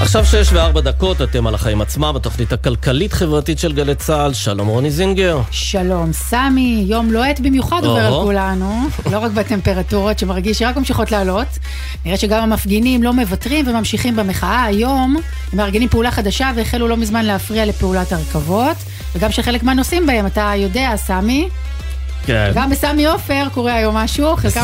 עכשיו 6:04, אתם על החיים עצמם, בתוכנית הכלכלית-חברתית של גלי צהל. שלום רוני זינגר. שלום סמי, יום לוהט במיוחד עובר על כולנו, לא רק בטמפרטורות שמרגיש שרק ממשיכות לעלות. נראה שגם המפגינים לא מוותרים וממשיכים במחאה. היום הם מארגנים פעולה חדשה והחלו לא מזמן להפריע לפעולת הרכבות, וגם שחלק מהנוסעים בהם, אתה יודע סמי, כן. גם בסמי עופר קורה היום משהו, חלקם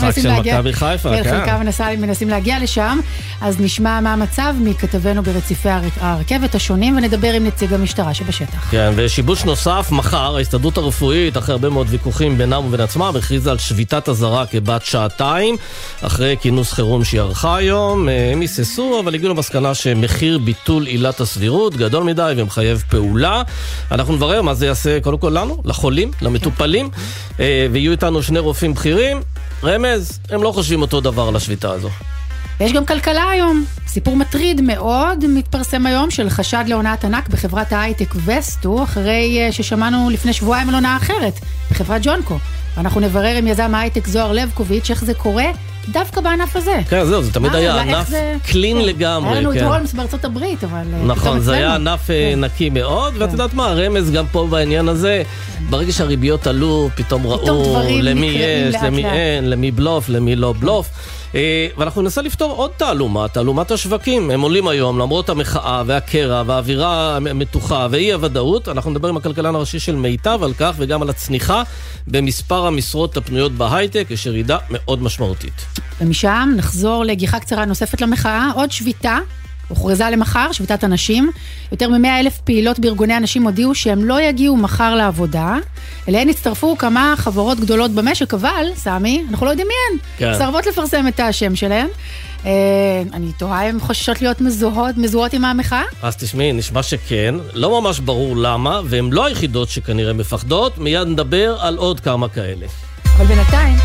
מנסים להגיע לשם, אז נשמע מה המצב מכתבנו ברציפי הרכבת השונים, ונדבר עם נציג המשטרה שבשטח. כן, ושיבוש נוסף, מחר, ההסתדרות הרפואית, אחרי הרבה מאוד ויכוחים בינם ובין עצמם, הכריזה על שביתת אזהרה כבת שעתיים, אחרי כינוס חירום שהיא ערכה היום, הם היססו, אבל הגיעו למסקנה שמחיר ביטול עילת הסבירות גדול מדי ומחייב פעולה. אנחנו נברר מה זה יעשה קודם כל לנו, לחולים, למטופלים, ויהיו איתנו שני רופאים בכירים. רמז, הם לא חושבים אותו דבר על השביתה הזו. יש גם כלכלה היום. סיפור מטריד מאוד מתפרסם היום של חשד להונאת ענק בחברת ההייטק וסטו, אחרי ששמענו לפני שבועיים על הונאה אחרת בחברת ג'ונקו. ואנחנו נברר עם יזם ההייטק זוהר לבקוביץ' איך זה קורה דווקא בענף הזה. כן, זהו, זה תמיד היה ענף קלין לגמרי. היה לנו את הולמס בארצות הברית, אבל... נכון, זה היה ענף נקי מאוד, ואת יודעת מה, הרמז גם פה בעניין הזה, ברגע שהריביות עלו, פתאום ראו למי יש, למי אין, למי בלוף, למי לא בלוף. ואנחנו ננסה לפתור עוד תעלומת השווקים. הם עולים היום, למרות המחאה והקרע והאווירה המתוחה ואי הוודאות. אנחנו נדבר עם הכלכלן הראשי של מיטב על כך, וגם על הצניחה במספר המשרות הפנויות בהייטק, יש ירידה מאוד משמעותית. ומשם נחזור לגיחה קצרה נוספת למחאה, עוד שביתה, הוכרזה למחר, שביתת הנשים. יותר מ100,000 פעילות בארגוני הנשים הודיעו שהם לא יגיעו מחר לעבודה, אליהן הצטרפו כמה חברות גדולות במשק, אבל, סמי, אנחנו לא יודעים מי הן. כן. סרבות לפרסם את השם שלהן. אני תוהה, הן חוששות להיות מזוהות עם המחאה? אז תשמעי, נשמע שכן, לא ממש ברור למה, והן לא היחידות שכנראה מפחדות, מיד נדבר על עוד כמה כאלה. אבל בינתיים...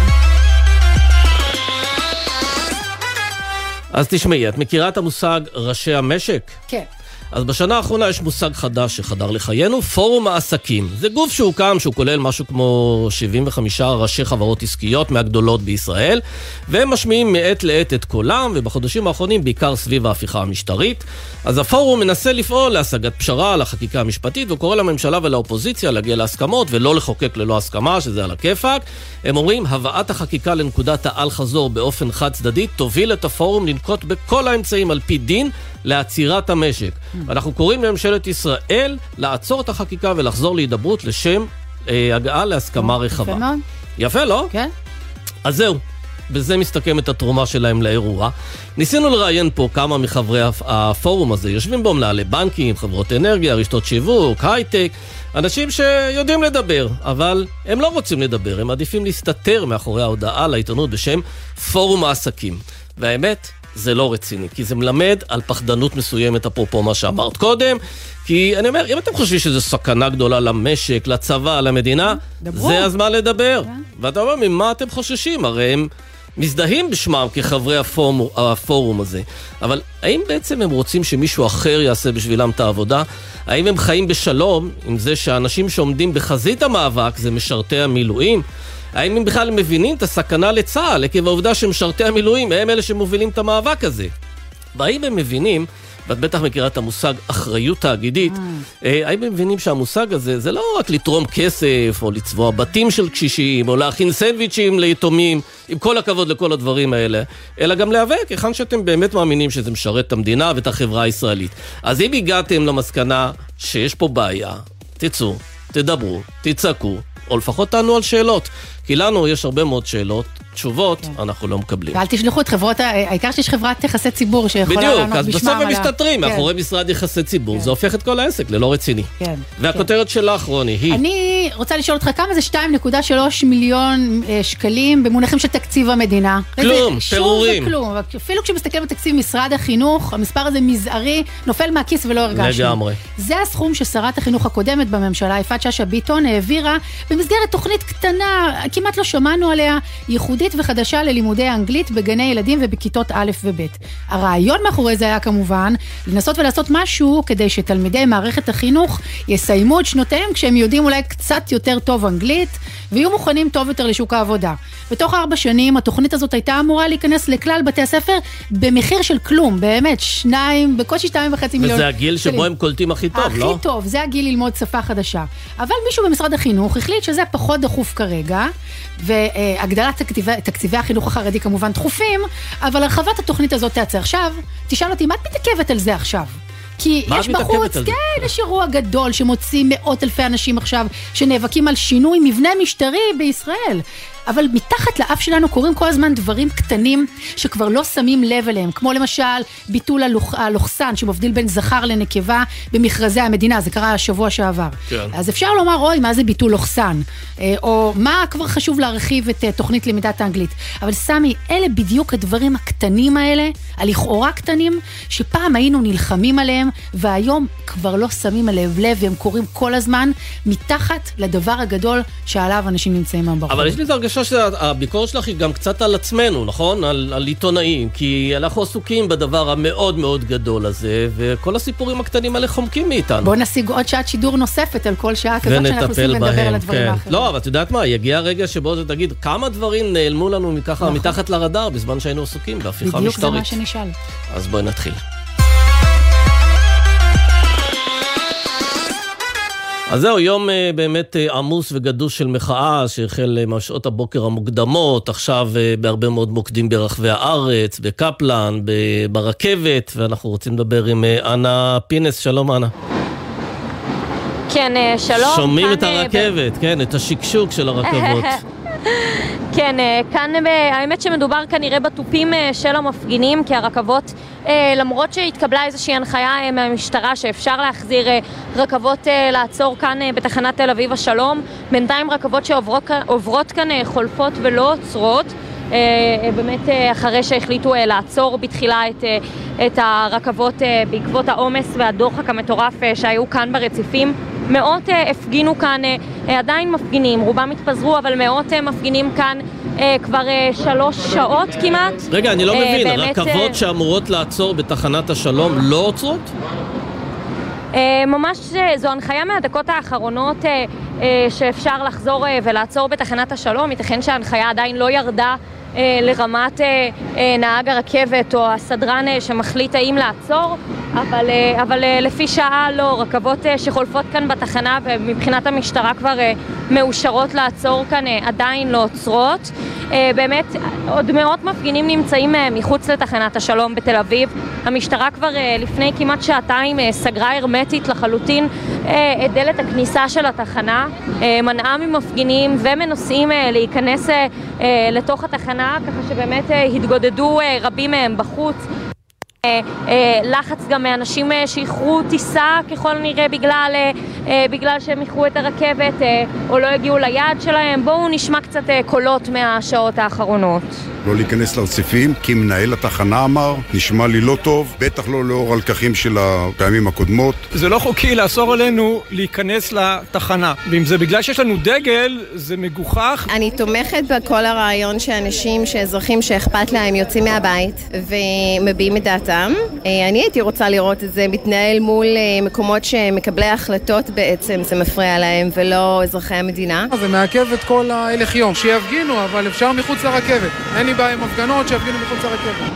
אז תשמעי, את מכירה את המושג ראשי המשק? כן. אז בשנה האחרונה יש מושג חדש שחדר לחיינו, פורום העסקים. זה גוף שהוקם, שהוא כולל משהו כמו 75 ראשי חברות עסקיות מהגדולות בישראל, והם משמיעים מעת לעת את קולם, ובחודשים האחרונים בעיקר סביב ההפיכה המשטרית. אז הפורום מנסה לפעול להשגת פשרה על החקיקה המשפטית, וקורא לממשלה ולאופוזיציה להגיע להסכמות, ולא לחוקק ללא הסכמה, שזה על הכיפק. הם אומרים, הבאת החקיקה לנקודת העל חזור באופן חד צדדי, תוביל את הפורום לנקוט בכל האמצעים על פי דין, לעצירת המשק. אנחנו קוראים לממשלת ישראל לעצור את החקיקה ולחזור להידברות לשם הגעה להסכמה רחבה. יפה מאוד. יפה, לא? כן. אז זהו, בזה מסתכם את התרומה שלהם לאירוע. ניסינו לראיין פה כמה מחברי הפורום הזה, יושבים בו מנהלי בנקים, חברות אנרגיה, רשתות שיווק, הייטק, אנשים שיודעים לדבר, אבל הם לא רוצים לדבר, הם מעדיפים להסתתר מאחורי ההודעה לעיתונות בשם פורום העסקים. והאמת, זה לא רציני, כי זה מלמד על פחדנות מסוימת, אפרופו מה שאמרת קודם, כי אני אומר, אם אתם חושבים שזו סכנה גדולה למשק, לצבא, למדינה, זה הזמן לדבר. ואתה אומר, ממה אתם חוששים? הרי הם מזדהים בשמם כחברי הפורום הזה. אבל האם בעצם הם רוצים שמישהו אחר יעשה בשבילם את העבודה? האם הם חיים בשלום עם זה שהאנשים שעומדים בחזית המאבק זה משרתי המילואים? האם הם בכלל מבינים את הסכנה לצה"ל, עקב העובדה שמשרתי המילואים הם אלה שמובילים את המאבק הזה? והאם הם מבינים, ואת בטח מכירה את המושג אחריות תאגידית, האם הם מבינים שהמושג הזה זה לא רק לתרום כסף, או לצבוע בתים של קשישים, או להכין סנדוויצ'ים ליתומים, עם כל הכבוד לכל הדברים האלה, אלא גם להיאבק, היכן שאתם באמת מאמינים שזה משרת את המדינה ואת החברה הישראלית. אז אם הגעתם למסקנה שיש פה בעיה, תצאו, תדברו, תצעקו, או לפחות תענו על שאלות, כי לנו יש הרבה מאוד שאלות, תשובות, אנחנו לא מקבלים. ואל תשלחו את חברות, העיקר שיש חברת יחסי ציבור שיכולה לענות בשמם. בדיוק, אז בסוף הם מסתתרים, מאחורי משרד יחסי ציבור, זה הופך את כל העסק ללא רציני. והכותרת שלך, רוני, היא... אני רוצה לשאול אותך כמה זה 2.3 מיליון שקלים במונחים של תקציב המדינה. כלום, פירורים. אפילו כשמסתכל בתקציב משרד החינוך, המספר הזה מזערי, נופל מהכיס ולא הרגשנו. לגמרי. זה הסכום ששרת החינוך הקודמת בממשלה, יפעת שאשא ביטון, העבירה במסגרת תוכנית קטנה, כמעט לא שמענו עליה, ייחודית וחדשה ללימודי האנגלית בגני ילדים ובכיתות א' וב'. הרעיון מאחורי זה היה כמובן לנסות ולעשות משהו כדי שתלמידי מערכת החינוך יסיימו את שנותיהם כשהם יודעים אולי קצת יותר טוב אנגלית, ויהיו מוכנים טוב יותר לשוק העבודה. בתוך 4 שנים התוכנית הזאת הייתה אמורה להיכנס לכלל בתי הספר במחיר של כלום, באמת, בקושי 2.5 מיליון. וזה הגיל שבו הם קולטים הכי טוב, לא? הכי טוב, זה הגיל ללמוד שפה חדשה. אבל מישהו במשרד החינוך החליט שזה פחות דחוף כרגע, והגדלת תקציבי החינוך החרדי כמובן דחופים, אבל הרחבת התוכנית הזאת תעצר. עכשיו, תשאל אותי, מה את מתעכבת על זה עכשיו? כי יש בחוץ, כן, יש אירוע גדול שמוציא מאות אלפי אנשים עכשיו שנאבקים על שינוי מבנה משטרי בישראל. אבל מתחת לאף שלנו קורים כל הזמן דברים קטנים שכבר לא שמים לב אליהם, כמו למשל ביטול הלוחסן שמבדיל בין זכר לנקבה במכרזי המדינה, זה קרה השבוע שעבר. כן. אז אפשר לומר, אוי, מה זה ביטול לוחסן? או מה כבר חשוב להרחיב את תוכנית למידת האנגלית? אבל סמי, אלה בדיוק הדברים הקטנים האלה, הלכאורה קטנים, שפעם היינו נלחמים עליהם, והיום כבר לא שמים עליהם לב, והם קורים כל הזמן מתחת לדבר הגדול שעליו אנשים נמצאים ברחוב. אבל יש לי את הרגשה שהביקורת שלך היא גם קצת על עצמנו, נכון? על עיתונאים, כי אנחנו עסוקים בדבר המאוד מאוד גדול הזה, וכל הסיפורים הקטנים האלה חומקים מאיתנו. בוא נשיג עוד שעת שידור נוספת על כל שעה כזאת שאנחנו עושים ונדבר על הדברים האחרים. לא, אבל את יודעת מה, יגיע הרגע שבו זה תגיד, כמה דברים נעלמו לנו מתחת לרדאר בזמן שהיינו עסוקים בהפיכה משטרית. בדיוק זה מה שנשאל. אז בואי נתחיל. אז זהו, יום באמת עמוס וגדוש של מחאה שהחל משעות הבוקר המוקדמות, עכשיו בהרבה מאוד מוקדים ברחבי הארץ, בקפלן, ברכבת, ואנחנו רוצים לדבר עם אנה פינס. שלום אנה. כן, שלום. שומעים את הרכבת, כן, את השקשוק של הרכבות. כן, כאן האמת שמדובר כנראה בטופים של המפגינים, כי הרכבות, למרות שהתקבלה איזושהי הנחיה מהמשטרה שאפשר להחזיר רכבות לעצור כאן בתחנת תל אביב השלום, בינתיים רכבות שעוברות כאן חולפות ולא עוצרות, באמת אחרי שהחליטו לעצור בתחילה את הרכבות בעקבות העומס והדוחק המטורף שהיו כאן ברציפים. מאות הפגינו כאן, עדיין מפגינים, רובם התפזרו, אבל מאות מפגינים כאן כבר 3 שעות כמעט. רגע, אני לא מבין, רכבות שאמורות לעצור בתחנת השלום לא עוצרות? ממש זו הנחיה מהדקות האחרונות שאפשר לחזור ולעצור בתחנת השלום. ייתכן שההנחיה עדיין לא ירדה לרמת נהג הרכבת או הסדרן שמחליט האם לעצור, אבל לפי שעה לא, רכבות שחולפות כאן בתחנה ומבחינת המשטרה כבר מאושרות לעצור כאן עדיין לא עוצרות. באמת עוד מאות מפגינים נמצאים מחוץ לתחנת השלום בתל אביב. המשטרה כבר לפני כמעט שעתיים סגרה הרמטית לחלוטין את דלת הכניסה של התחנה, מנעה ממפגינים ומנוסעים להיכנס לתוך התחנה, ככה שבאמת התגודדו רבים מהם בחוץ. לחץ גם מאנשים שאיחרו טיסה ככל נראה בגלל שהם איחרו את הרכבת או לא הגיעו ליעד שלהם. בואו נשמע קצת קולות מהשעות האחרונות. לא להיכנס לרציפים, כי מנהל התחנה אמר, נשמע לי לא טוב, בטח לא לאור הלקחים של הפעמים הקודמות. זה לא חוקי לאסור עלינו להיכנס לתחנה, ואם זה בגלל שיש לנו דגל, זה מגוחך. אני תומכת בכל הרעיון שאזרחים שאכפת להם יוצאים מהבית ומביעים את דעתם. אני הייתי רוצה לראות את זה מתנהל מול מקומות שמקבלי ההחלטות בעצם זה מפריע להם, ולא אזרחי המדינה. זה מעכב את כל ההלך יום, שיפגינו, אבל אפשר מחוץ לרכבת. אין לי בעיה עם הפגנות שיפגינו מחוץ לרכבת.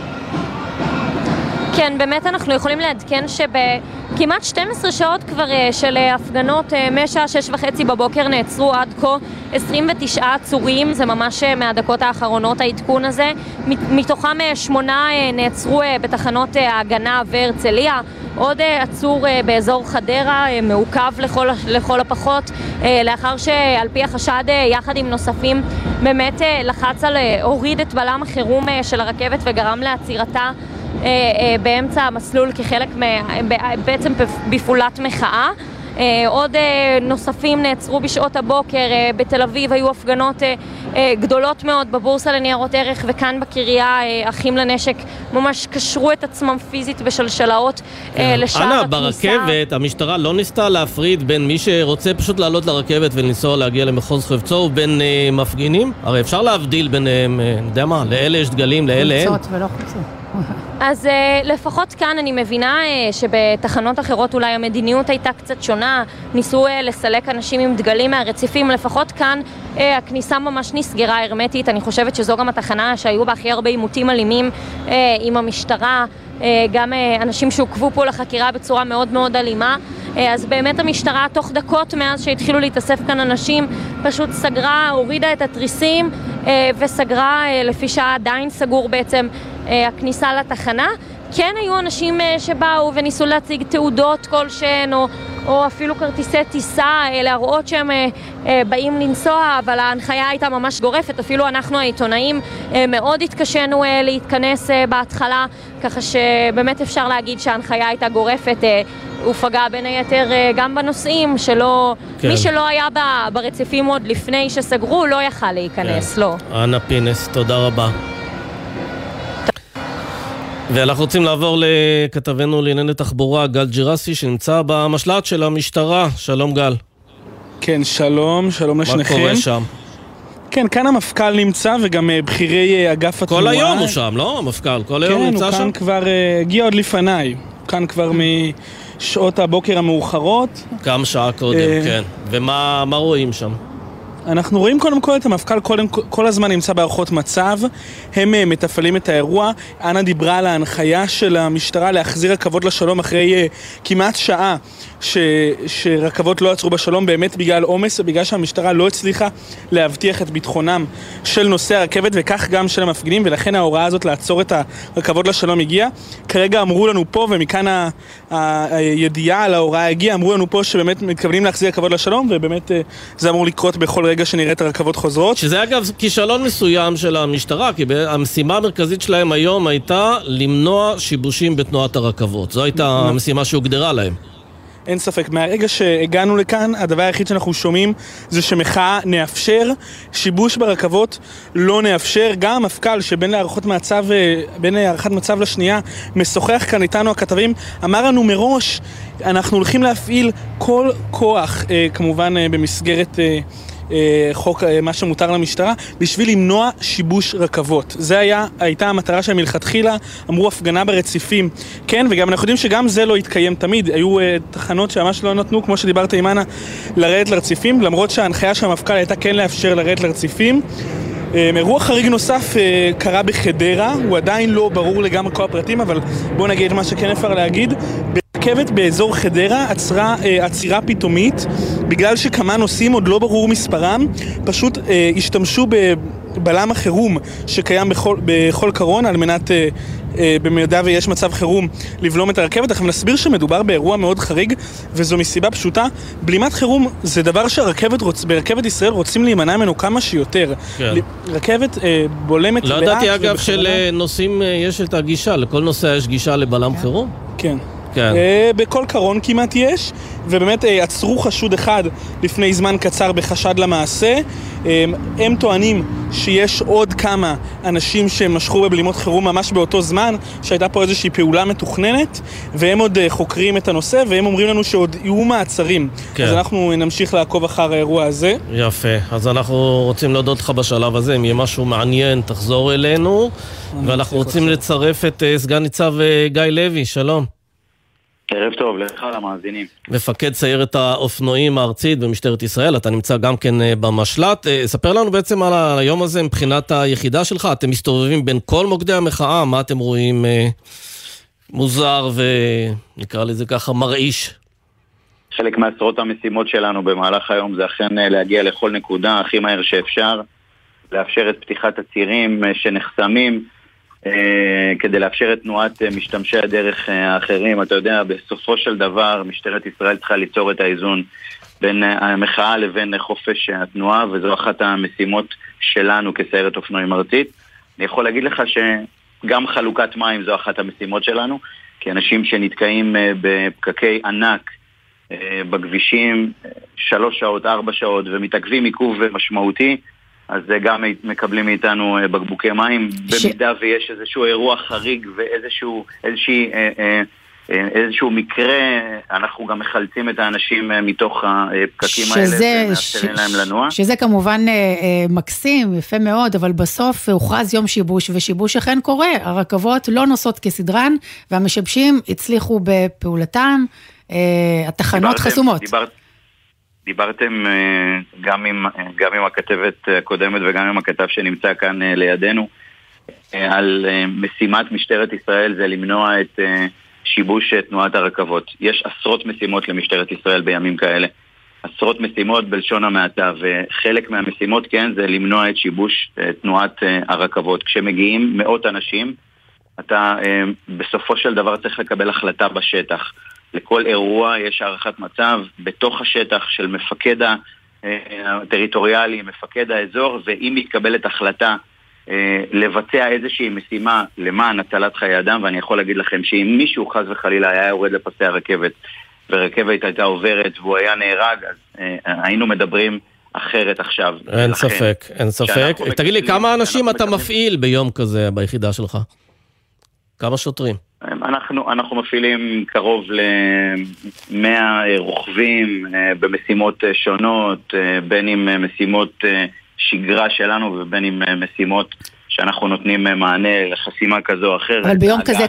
כן, באמת אנחנו יכולים לעדכן שבכמעט 12 שעות כבר של הפגנות, משעה 6:30 בבוקר נעצרו עד כה 29 עצורים, זה ממש מהדקות האחרונות העדכון הזה, מתוכם 8 נעצרו בתחנות ההגנה והרצליה, עוד עצור באזור חדרה מעוכב לכל הפחות, לאחר שעל פי החשד יחד עם נוספים באמת לחץ על הוריד את בלם החירום של הרכבת וגרם לעצירתה באמצע המסלול כחלק בעצם בפעולת מחאה. עוד נוספים נעצרו בשעות הבוקר. בתל אביב היו הפגנות גדולות מאוד בבורסה לניירות ערך, וכאן בקריה אחים לנשק ממש קשרו את עצמם פיזית בשלשלאות לשער הכניסה. ברכבת המשטרה לא ניסתה להפריד בין מי שרוצה פשוט לעלות לרכבת ולנסוע להגיע למחוז חפצו ובין מפגינים? הרי אפשר להבדיל ביניהם, יודע מה, לאלה יש דגלים, לאלה אין. חוצות ולא חוצות. אז לפחות כאן אני מבינה שבתחנות אחרות אולי המדיניות הייתה קצת שונה, ניסו לסלק אנשים עם דגלים מהרציפים, לפחות כאן הכניסה ממש נסגרה הרמטית, אני חושבת שזו גם התחנה שהיו בה הכי הרבה עימותים אלימים עם המשטרה, גם אנשים שעוקבו פה לחקירה בצורה מאוד מאוד אלימה, אז באמת המשטרה תוך דקות מאז שהתחילו להתאסף כאן אנשים פשוט סגרה, הורידה את התריסים וסגרה, לפי שעה עדיין סגור בעצם הכניסה לתחנה. כן היו אנשים שבאו וניסו להציג תעודות כלשהן או אפילו כרטיסי טיסה להראות שהם באים לנסוע, אבל ההנחיה הייתה ממש גורפת, אפילו אנחנו העיתונאים מאוד התקשינו להתכנס בהתחלה, ככה שבאמת אפשר להגיד שההנחיה הייתה גורפת. הוא פגע בין היתר גם בנושאים שלא, כן. מי שלא היה ברציפים עוד לפני שסגרו לא יכל להיכנס, כן. לא. אנה פינס, תודה רבה. ואנחנו רוצים לעבור לכתבנו לענייני תחבורה, גל ג'רסי, שנמצא במשל"ט של המשטרה. שלום גל. כן, שלום לשניכם. מה קורה שם? כן, כאן המפכ"ל נמצא וגם בכירי אגף התנועה. כל היום הוא שם, לא? המפכ"ל, כל היום נמצא שם? כן, הוא כאן כבר הגיע עוד לפניי. כאן כבר משעות הבוקר המאוחרות. כמה שעה קודם, כן. ומה רואים שם? אנחנו רואים קודם כל את המפכ"ל כל הזמן נמצא בערכות מצב, הם מתפעלים את האירוע. אנה דיברה על ההנחיה של המשטרה להחזיר רכבות לשלום אחרי כמעט שעה שרכבות לא עצרו בשלום, באמת בגלל עומס ובגלל שהמשטרה לא הצליחה להבטיח את ביטחונם של נוסעי הרכבת וכך גם של המפגינים, ולכן ההוראה הזאת לעצור את הרכבות לשלום הגיעה. כרגע אמרו לנו פה, ומכאן הידיעה על ההוראה הגיעה, אמרו לנו פה שבאמת מתכוונים להחזיר רכבות לשלום, ובאמת זה אמור לקרות בכל רגע שנראה את הרכבות חוזרות. שזה אגב כישלון מסוים של המשטרה, כי המשימה המרכזית שלהם היום הייתה למנוע שיבושים בתנועת הרכבות. זו הייתה המשימה שהוגדרה להם. אין ספק, מהרגע שהגענו לכאן, הדבר היחיד שאנחנו שומעים זה שמחאה נאפשר, שיבוש ברכבות לא נאפשר. גם המפכ"ל שבין הערכת מצב לשנייה משוחח כאן איתנו הכתבים, אמר לנו מראש, אנחנו הולכים להפעיל כל כוח, כמובן במסגרת חוק מה שמותר למשטרה, בשביל למנוע שיבוש רכבות. זה הייתה המטרה של מלכתחילה, אמרו הפגנה ברציפים. כן, וגם אנחנו יודעים שגם זה לא התקיים תמיד. היו תחנות שממש לא נתנו, כמו שדיברת עם אנה, לרדת לרציפים, למרות שההנחיה של המפכ"ל הייתה כן לאפשר לרדת לרציפים. אירוע חריג נוסף קרה בחדרה, הוא עדיין לא ברור לגמרי כל הפרטים, אבל בואו נגיד מה שכן אפשר להגיד. רכבת באזור חדרה עצרה עצירה פתאומית בגלל שכמה נוסעים, עוד לא ברור מספרם, פשוט השתמשו בבלם החירום שקיים בכל קרון על מנת במידה ויש מצב חירום לבלום את הרכבת. אנחנו נסביר שמדובר באירוע מאוד חריג וזו מסיבה פשוטה. בלימת חירום זה דבר ברכבת ישראל רוצים להימנע ממנו כמה שיותר. כן. רכבת בולמת לא ידעתי אגב שלנוסעים יש את הגישה, לכל נוסע יש גישה לבלם חירום? כן. כן. בכל קרון כמעט יש, ובאמת עצרו חשוד אחד לפני זמן קצר בחשד למעשה. הם טוענים שיש עוד כמה אנשים שמשכו בבלימות חירום ממש באותו זמן, שהייתה פה איזושהי פעולה מתוכננת, והם עוד חוקרים את הנושא, והם אומרים לנו שעוד יהיו מעצרים. כן. אז אנחנו נמשיך לעקוב אחר האירוע הזה. יפה, אז אנחנו רוצים להודות לך בשלב הזה, אם יהיה משהו מעניין תחזור אלינו, ואנחנו רוצים לצרף את סגן ניצב גיא לוי. שלום. ערב טוב, לך למאזינים. מפקד סיירת האופנועים הארצית במשטרת ישראל, אתה נמצא גם כן במשל"ט. ספר לנו בעצם על היום הזה מבחינת היחידה שלך. אתם מסתובבים בין כל מוקדי המחאה, מה אתם רואים מוזר ונקרא לזה ככה מרעיש? חלק מעשרות המשימות שלנו במהלך היום זה אכן להגיע לכל נקודה הכי מהר שאפשר, לאפשר את פתיחת הצירים שנחסמים, כדי לאפשר את תנועת משתמשי הדרך האחרים. אתה יודע, בסופו של דבר משטרת ישראל צריכה ליצור את האיזון בין המחאה לבין חופש התנועה, וזו אחת המשימות שלנו כסיירת אופנועים ארצית. אני יכול להגיד לך שגם חלוקת מים זו אחת המשימות שלנו, כי אנשים שנתקעים בפקקי ענק בכבישים 3 שעות, 4 שעות ומתעכבים עיכוב משמעותי, אז גם מקבלים מאיתנו בקבוקי מים, במידה ויש איזשהו אירוע חריג ואיזושהי איזשהו מקרה, אנחנו גם מחלצים את האנשים מתוך הפקקים האלה ומאפשרים להם לנוע. שזה כמובן מקסים, יפה מאוד, אבל בסוף הוכרז יום שיבוש, ושיבוש אכן קורה. הרכבות לא נוסעות כסדרן, והמשבשים הצליחו בפעולתם, התחנות חסומות. דיברתם גם עם הכתבת הקודמת וגם עם הכתב שנמצא כאן לידינו, על משימת משטרת ישראל, זה למנוע את שיבוש תנועת הרכבות. יש עשרות משימות למשטרת ישראל בימים כאלה. עשרות משימות בלשון המעטה, וחלק מהמשימות, כן, זה למנוע את שיבוש תנועת הרכבות. כשמגיעים מאות אנשים, אתה בסופו של דבר צריך לקבל החלטה בשטח. לכל אירוע יש הערכת מצב בתוך השטח של מפקד הטריטוריאלי, מפקד האזור, ואם מתקבלת החלטה לבצע איזושהי משימה למען הצלת חיי אדם, ואני יכול להגיד לכם שאם מישהו חס וחלילה היה יורד לפסי הרכבת ורכבת הייתה עוברת והוא היה נהרג, אז היינו מדברים אחרת עכשיו. אין ספק, אין ספק. תגיד לי, כמה אנשים אתה מפעיל ביום כזה ביחידה שלך? כמה שוטרים? אנחנו מפעילים קרוב ל100 רוכבים במשימות שונות, בין אם משימות שגרה שלנו ובין אם משימות שאנחנו נותנים מענה לחסימה כזו או אחרת. אבל ביום כזה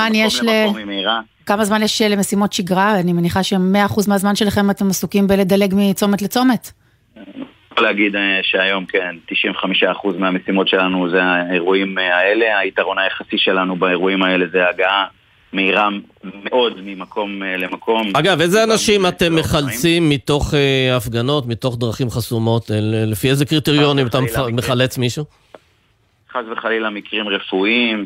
כמה זמן יש למשימות שגרה? אני מניחה ש100% מהזמן שלכם אתם עסוקים בלדלג מצומת לצומת. אני יכול להגיד שהיום כן, 95% מהמשימות שלנו זה האירועים האלה. היתרון היחסי שלנו באירועים האלה זה הגעה מהירה מאוד ממקום למקום. אגב, איזה אנשים אתם מחלצים מתוך הפגנות, מתוך דרכים חסומות? לפי איזה קריטריונים אתה מחלץ מישהו? חס וחלילה מקרים רפואיים,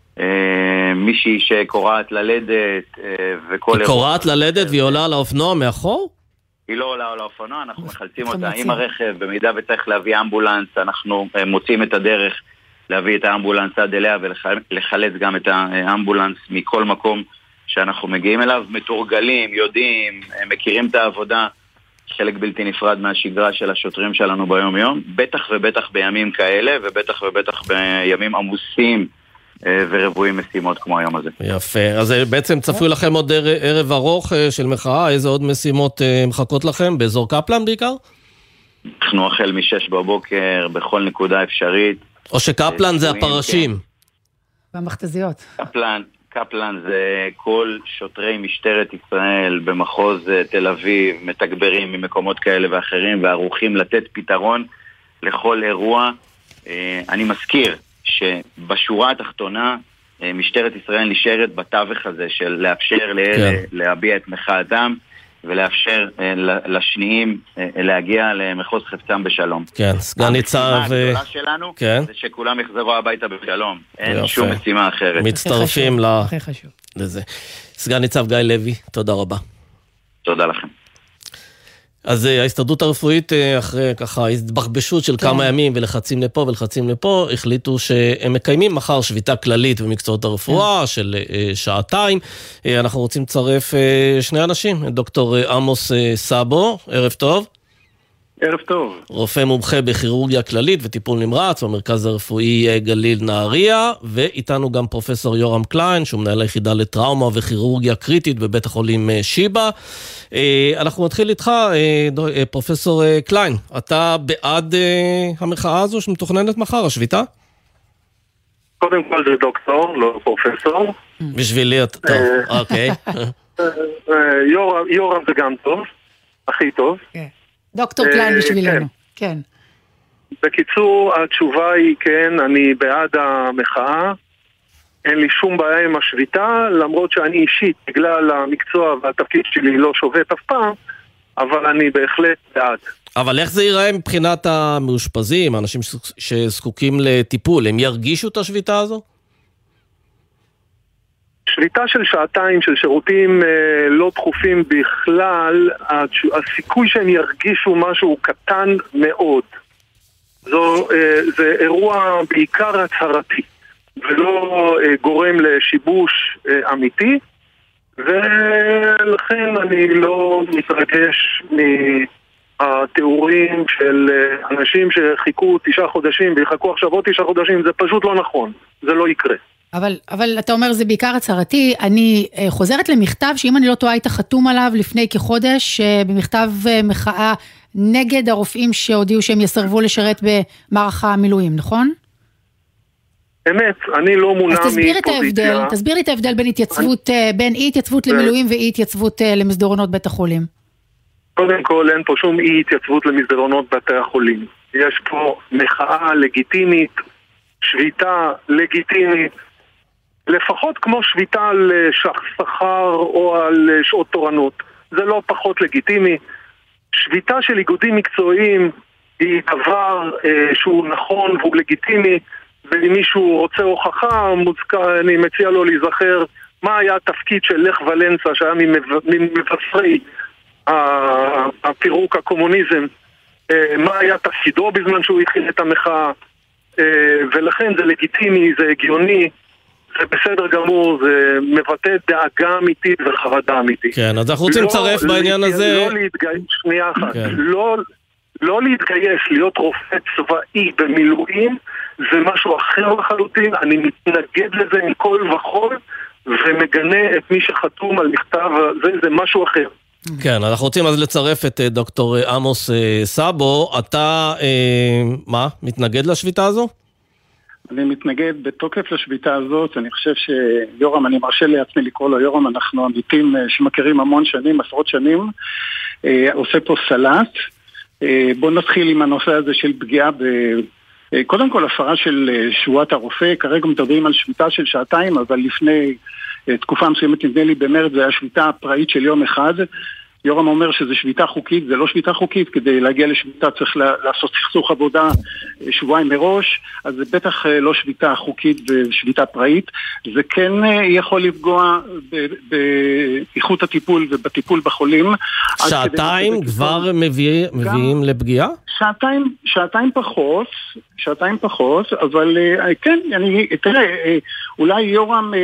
מישהי שקוראת ללדת וכל... היא קוראת ללדת והיא עולה על האופנוע מאחור? היא לא עולה על האופנוע, אנחנו מחלצים אותה עם הרכב, במידה וצריך להביא אמבולנס, אנחנו מוצאים את הדרך להביא את האמבולנס עד אליה ולחלץ גם את האמבולנס מכל מקום שאנחנו מגיעים אליו. מתורגלים, יודעים, מכירים את העבודה, חלק בלתי נפרד מהשגרה של השוטרים שלנו ביום יום, בטח ובטח בימים כאלה ובטח ובטח בימים עמוסים ורבועים משימות כמו היום הזה. יפה, אז בעצם צפוי לכם עוד ערב ארוך של מחאה, איזה עוד משימות מחכות לכם? באזור קפלן בעיקר? אנחנו החל מ-6 בבוקר בכל נקודה אפשרית. או שקפלן זה הפרשים. במכתזיות. קפלן זה כל שוטרי משטרת ישראל במחוז תל אביב, מתגברים ממקומות כאלה ואחרים, וערוכים לתת פתרון לכל אירוע. אני מזכיר שבשורה התחתונה, משטרת ישראל נשארת בתווך הזה של לאפשר להביע את מחאתם, ולאפשר לשניים להגיע למחוז חפצם בשלום. כן, סגן ניצב... המשימה הגדולה שלנו זה שכולם יחזרו הביתה בשלום. אין שום משימה אחרת. מצטרפים לזה. סגן ניצב גיא לוי, תודה רבה. תודה לכם. אז ההסתדרות הרפואית, אחרי ככה התבחבשות של כמה ימים ולחצים לפה ולחצים לפה, החליטו שהם מקיימים מחר שביתה כללית במקצועות הרפואה של שעתיים. אנחנו רוצים לצרף שני אנשים, דוקטור עמוס סאבו, ערב טוב. ערב טוב. רופא מומחה בכירורגיה כללית וטיפול נמרץ במרכז הרפואי גליל נהריה, ואיתנו גם פרופסור יורם קליין, שהוא מנהל היחידה לטראומה וכירורגיה קריטית בבית החולים שיבא. אנחנו נתחיל איתך, פרופסור קליין, אתה בעד המחאה הזו שמתוכננת מחר, השביתה? קודם כל זה דוקטור, לא פרופסור. בשבילי, טוב, אוקיי. יורם זה גם טוב, הכי טוב. כן. דוקטור קליין בשבילנו, כן. בקיצור, התשובה היא כן, אני בעד המחאה, אין לי שום בעיה עם השביתה, למרות שאני אישית, בגלל המקצוע והתפקיד שלי לא שובת אף פעם, אבל אני בהחלט בעד. אבל איך זה ייראה מבחינת המאושפזים, האנשים שזקוקים לטיפול, הם ירגישו את השביתה הזו? שביתה של שעתיים של שירותים לא דחופים בכלל, הסיכוי שהם ירגישו משהו קטן מאוד. זה אירוע בעיקר הצהרתי, ולא גורם לשיבוש אמיתי, ולכן אני לא מתרגש מהתיאורים של אנשים שחיכו 9 חודשים ויחכו עכשיו עוד 9 חודשים, זה פשוט לא נכון, זה לא יקרה. אבל אתה אומר, זה בעיקר הצהרתי. אני חוזרת למכתב שאם אני לא טועה היית חתום עליו לפני כחודש, במכתב מחאה נגד הרופאים שהודיעו שהם יסרבו לשרת במערך המילואים, נכון? אמת, אני לא מונע מפוזיציה. תסביר לי את ההבדל בין אי התייצבות למילואים ואי התייצבות למסדרונות בית החולים. קודם כל, אין פה שום אי התייצבות למסדרונות בתי החולים. יש פה מחאה לגיטימית, שביתה לגיטימית, לפחות כמו שביתה על שכר או על שעות תורנות. זה לא פחות לגיטימי. שביתה של איגודים מקצועיים היא דבר שהוא נכון והוא לגיטימי, ואם מישהו רוצה הוכחה, אני מציע לו להיזכר מה היה התפקיד של לך ולנסה, שהיה ממבשרי הפירוק הקומוניזם, מה היה תפקידו בזמן שהוא התחיל את המחאה, ולכן זה לגיטימי, זה הגיוני, זה בסדר גמור, זה מבטא דאגה אמיתית וחרדה אמיתית. כן, אז אנחנו רוצים לצרף בעניין הזה... לא להתגייס, שנייה אחת, לא להתגייס, להיות רופא צבאי במילואים, זה משהו אחר לחלוטין, אני מתנגד לזה מכל וכל, ומגנה את מי שחתום על מכתב, זה משהו אחר. כן, אנחנו רוצים אז לצרף את דוקטור עמוס סאבו. אתה, מתנגד לשביתה הזו? אני מתנגד בתוקף לשביתה הזאת. אני חושב שיורם, אני מרשה לעצמי לקרוא לו יורם, אנחנו עמיתים שמכירים המון שנים, עשרות שנים, עושה פה סלט. בוא נתחיל עם הנושא הזה של פגיעה קודם כל הפרה של שבועת הרופא. כרגע מדברים על שביתה של שעתיים, אבל לפני תקופה מסוימת נדמה לי במרד זה היה שביתה פראית של יום אחד. יורם אומר שזה שביתה חוקית, זה לא שביתה חוקית, כדי להגיע לשביתה צריך לעשות סכסוך עבודה שבועיים מראש, אז זה בטח לא שביתה חוקית ושביתה פראית. זה כן יכול לפגוע באיכות הטיפול ובטיפול בחולים. שעתיים כבר מביאים לפגיעה? שעתיים פחות, אבל כן, תראה, אולי יורם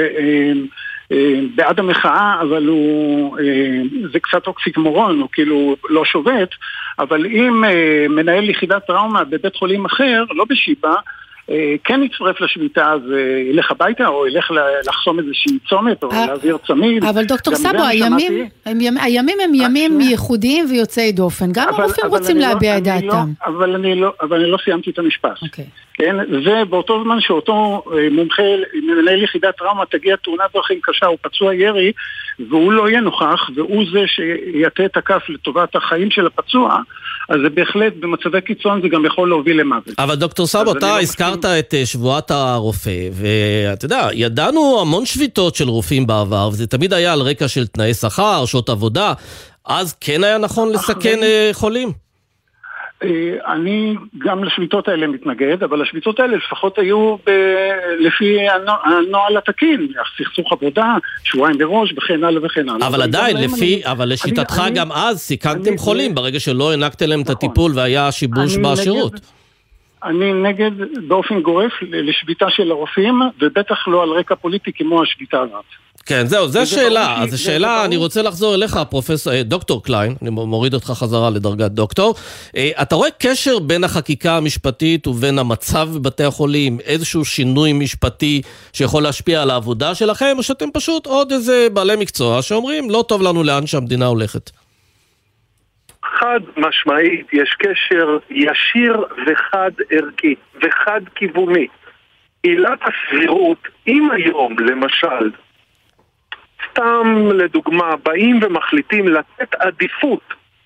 בעד המחאה, אבל זה קצת אוקסימורון, הוא כאילו לא שובת, אבל אם מנהל יחידת טראומה בבית חולים אחר, לא בשיבא, כן יצטרף לשביתה, אז ילך הביתה או ילך לחסום איזושהי צומת או להעביר צמיד. אבל דוקטור סאבו, הימים הם ימים ייחודיים ויוצאי דופן, גם הרופאים רוצים להביע את דעתם. אבל אני לא סיימתי את המשפט. כן, ובאותו זמן שאותו מומחה מנהל יחידת טראומה תגיע תאונת דרכים קשה או פצוע ירי, והוא לא יהיה נוכח, והוא זה שיתה את הכף לטובת החיים של הפצוע, אז זה בהחלט במצבי קיצון זה גם יכול להוביל למוות. אבל דוקטור סאבו, אתה הזכרת את שבועת הרופא, ואתה יודע, ידענו המון שביתות של רופאים בעבר, וזה תמיד היה על רקע של תנאי שכר, שעות עבודה, אז כן היה נכון לסכן חולים? אני גם לשביתות האלה מתנגד, אבל השביתות האלה לפחות היו לפי הנועל התקין, סכסוך עבודה, שבועיים בראש וכן הלאה וכן הלאה. אבל עדיין, אבל לשיטתך גם אז סיכנתם חולים ברגע שלא הענקתם להם את הטיפול והיה שיבוש בשירות. אני נגד באופן גורף לשביתה של הרופאים, ובטח לא על רקע פוליטי כמו השביתה הזאת. כן, זו שאלה. אז השאלה, אני רוצה לחזור אליך, דוקטור קליין, אני מוריד אותך חזרה לדרגת דוקטור. אתה רואה קשר בין החקיקה המשפטית ובין המצב בבתי החולים, איזשהו שינוי משפטי שיכול להשפיע על העבודה שלכם, או שאתם פשוט עוד איזה בעלי מקצוע שאומרים, לא טוב לנו לאן שהמדינה הולכת? חד משמעית, יש קשר ישיר וחד ערכי וחד כיווני. עילת הסבירות, אם היום למשל, סתם לדוגמה, באים ומחליטים לתת עדיפות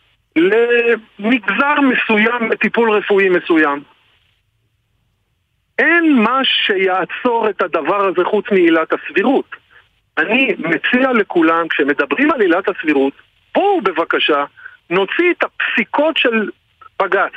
למגזר מסוים בטיפול רפואי מסוים, אין מה שיעצור את הדבר הזה חוץ מעילת הסבירות. אני מציע לכולם, כשמדברים על עילת הסבירות, בואו בבקשה נוציא את הפסיקות של בג"ץ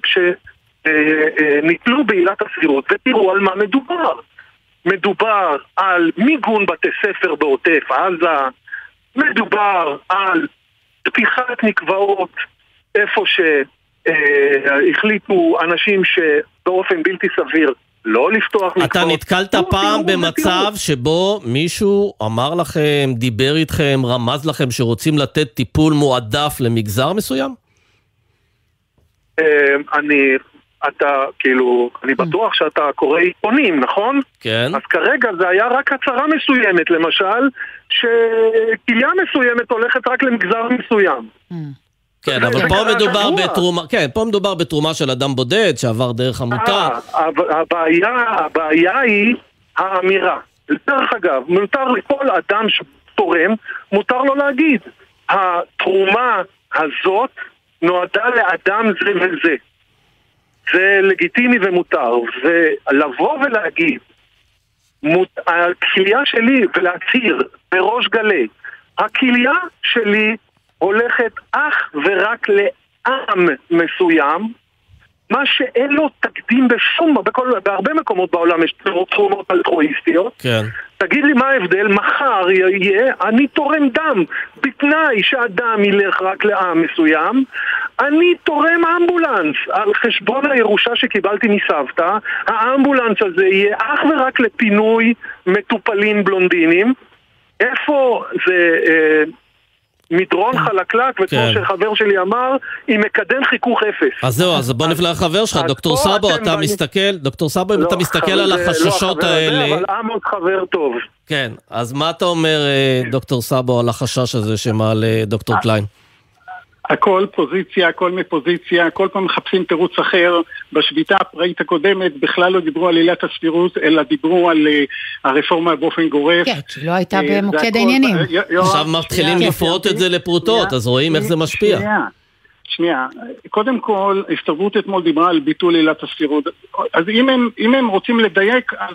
שניתנו בעילת הסבירות ותראו על מה מדובר. מדובר על מיגון בתי ספר בעוטף עזה, מדובר על פתיחת מקוואות איפה שהחליטו אנשים שבאופן בלתי סביר לא לפתוח מקוואות. אתה נתקלת פעם במצב שבו מישהו אמר לכם, דיבר איתכם, רמז לכם שרוצים לתת טיפול מועדף למגזר מסוים? אני אתה, כאילו, אני בטוח שאתה קורא עיתונים, נכון? כן. אז כרגע זה היה רק הצהרה מסוימת, למשל, שכליה מסוימת הולכת רק למגזר מסוים. כן, אבל פה מדובר בתרומה, כן, פה מדובר בתרומה של אדם בודד שעבר דרך עמותה. הבעיה היא האמירה. דרך אגב, מותר לכל אדם שתורם, מותר לו להגיד, התרומה הזאת נועדה לאדם זה וזה. זה לגיטימי ומותר. ולבוא ולהגיד, הכליה שלי, ולהצהיר בראש גלי, הכליה שלי הולכת אך ורק לעם מסוים, מה שאין לו תקדים בהרבה מקומות בעולם יש תרומות אלטרואיסטיות. כן. תגיד לי מה ההבדל, מחר יהיה, אני תורם דם, בתנאי שהדם ילך רק לעם מסוים, אני תורם אמבולנס, על חשבון הירושה שקיבלתי מסבתא, האמבולנס הזה יהיה אך ורק לפינוי מטופלים בלונדינים, איפה זה... מדרון חלקלק, וכמו שחבר שלי אמר, היא מקדם חיכוך אפס. אז זהו, אז בוא נפלא לחבר שלך, דוקטור סבו, אתה מסתכל, דוקטור סבו, אם אתה מסתכל על החששות האלה... אבל עמוס חבר טוב. כן, אז מה אתה אומר, דוקטור סבו, על החשש הזה שמעלה דוקטור קליין? הכל פוזיציה, הכל מפוזיציה, כל פעם מחפשים תירוץ אחר. בשביתה הפראית הקודמת בכלל לא דיברו על עילת הסבירות, אלא דיברו על הרפורמה באופן גורף. כן, שלא הייתה במוקד העניינים. עכשיו מתחילים לפרוט את זה לפרוטות, אז רואים איך זה משפיע. שנייה, קודם כל, ההסתדרות אתמול דיברה על ביטול עילת הסבירות. אז אם הם רוצים לדייק, אז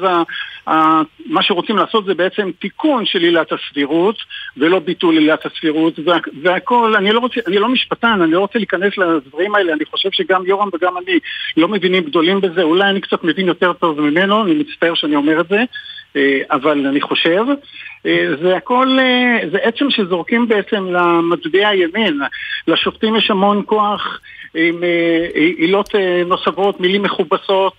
מה שרוצים לעשות זה בעצם תיקון של עילת הסבירות, ולא ביטול עילת הסבירות, והכל, אני לא משפטן, אני לא רוצה להיכנס לדברים האלה, אני חושב שגם יורם וגם אני לא מבינים גדולים בזה, אולי אני קצת מבין יותר טוב ממנו, אני מצטער שאני אומר את זה, אבל אני חושב, זה הכל, זה עצם שזורקים בעצם למצביעי הימין, לשופטים יש המון כוח עם עילות נוספות, מילים מכובסות,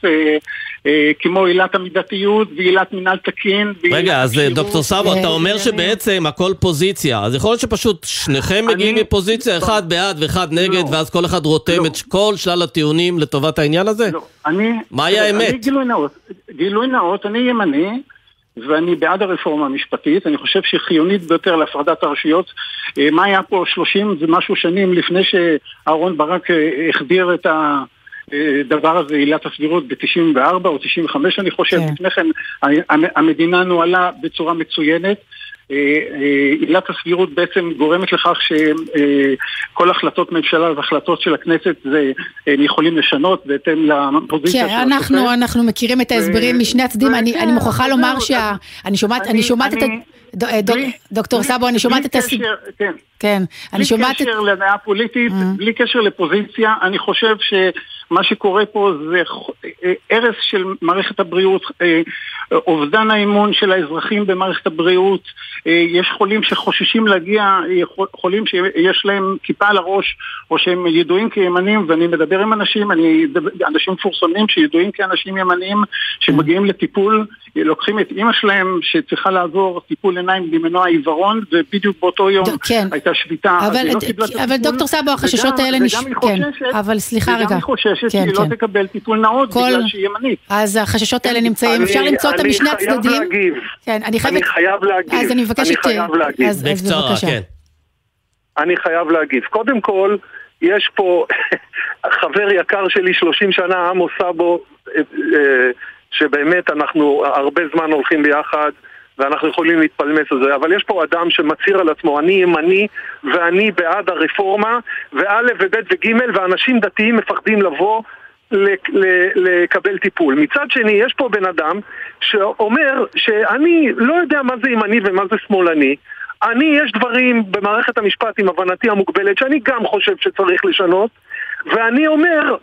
כמו עילת המידתיות ועילת מנהל תקין. רגע, אז דוקטור סבו, אתה אומר שבעצם הכל פוזיציה, אז יכול להיות שפשוט שניכם מגיעים מפוזיציה, אחד בעד ואחד נגד, ואז כל אחד רותם את כל שלל הטיעונים לטובת העניין הזה? מה היה האמת? גילוי נאות, אני ימני, ואני בעד הרפורמה המשפטית, אני חושב שהיא חיונית ביותר להפרדת הרשויות. מה היה פה 30 ומשהו שנים לפני שאהרון ברק החדיר את הדבר הזה, עילת הסבירות ב-94 או 95 אני חושב, לפני כן המדינה נועלה בצורה מצוינת, עילת הסבירות בעצם גורמת לכך שכל החלטות ממשלה והחלטות של הכנסת הם יכולים לשנות בהתאם לפוזיציה של השופט. אנחנו מכירים את ההסברים משני הצדדים, אני מוכרחה לומר אני שומעת את דוקטור סבו, אני שומעת את כן, בלי קשר לדעה פוליטית, בלי קשר לפוזיציה, אני חושב שמה שקורה פה זה הרס של מערכת הבריאות, אובדן האמון של האזרחים במערכת הבריאות, יש חולים שחוששים להגיע, חולים שיש להם כיפה על הראש, או שהם ידועים כימנים, ואני מדבר עם אנשים אנשים מפורסמים שידועים כאנשים ימניים, שמגיעים לטיפול, לוקחים את אמא שלהם שצריכה לעזור טיפול עיניים למנוע עיוורון, ובדיוק באותו יום הייתה שביתה. אבל דוקטור סבו, החששות האלה אבל סליחה רגע. וגם היא חוששת שהיא לא תקבל טיפול נאות בגלל שהיא ימנית. אז החששות האלה נמצאים, אפשר למצוא אותם משני הצדדים. אני חייב להגיב. אז אני מבקשת, בקצרה, כן. אני חייב להגיב. קודם כל, יש פה חבר יקר שלי 30 שנה, עמוס סבו, שבאמת אנחנו הרבה זמן הולכים ביחד, ואנחנו יכולים להתפלמס על זה, אבל יש פה אדם שמצהיר על עצמו, אני ימני ואני בעד הרפורמה, וא' וב' וג', ואנשים דתיים מפחדים לבוא לקבל טיפול. מצד שני, יש פה בן אדם שאומר שאני לא יודע מה זה ימני ומה זה שמאלני, יש דברים במערכת המשפט עם הבנתי המוגבלת שאני גם חושב שצריך לשנות, ואני אומר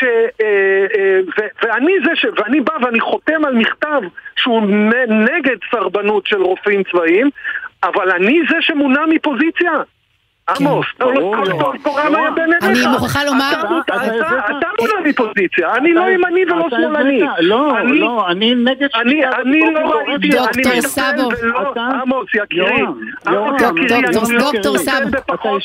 ואני בא ואני חותם על מכתב שהוא נגד סרבנות של רופאים צבאיים, אבל אני זה שמונע מפוזיציה. עמוס, דוקטור מה ידן אליך? אני מוכרחה לומר... אתה מולה לי פוזיציה, אני לא ימני ולא שמאלני. לא, אני נגד... אני לא ראיתי... דוקטור סאבו. עמוס, יקירי. דוקטור סאבו.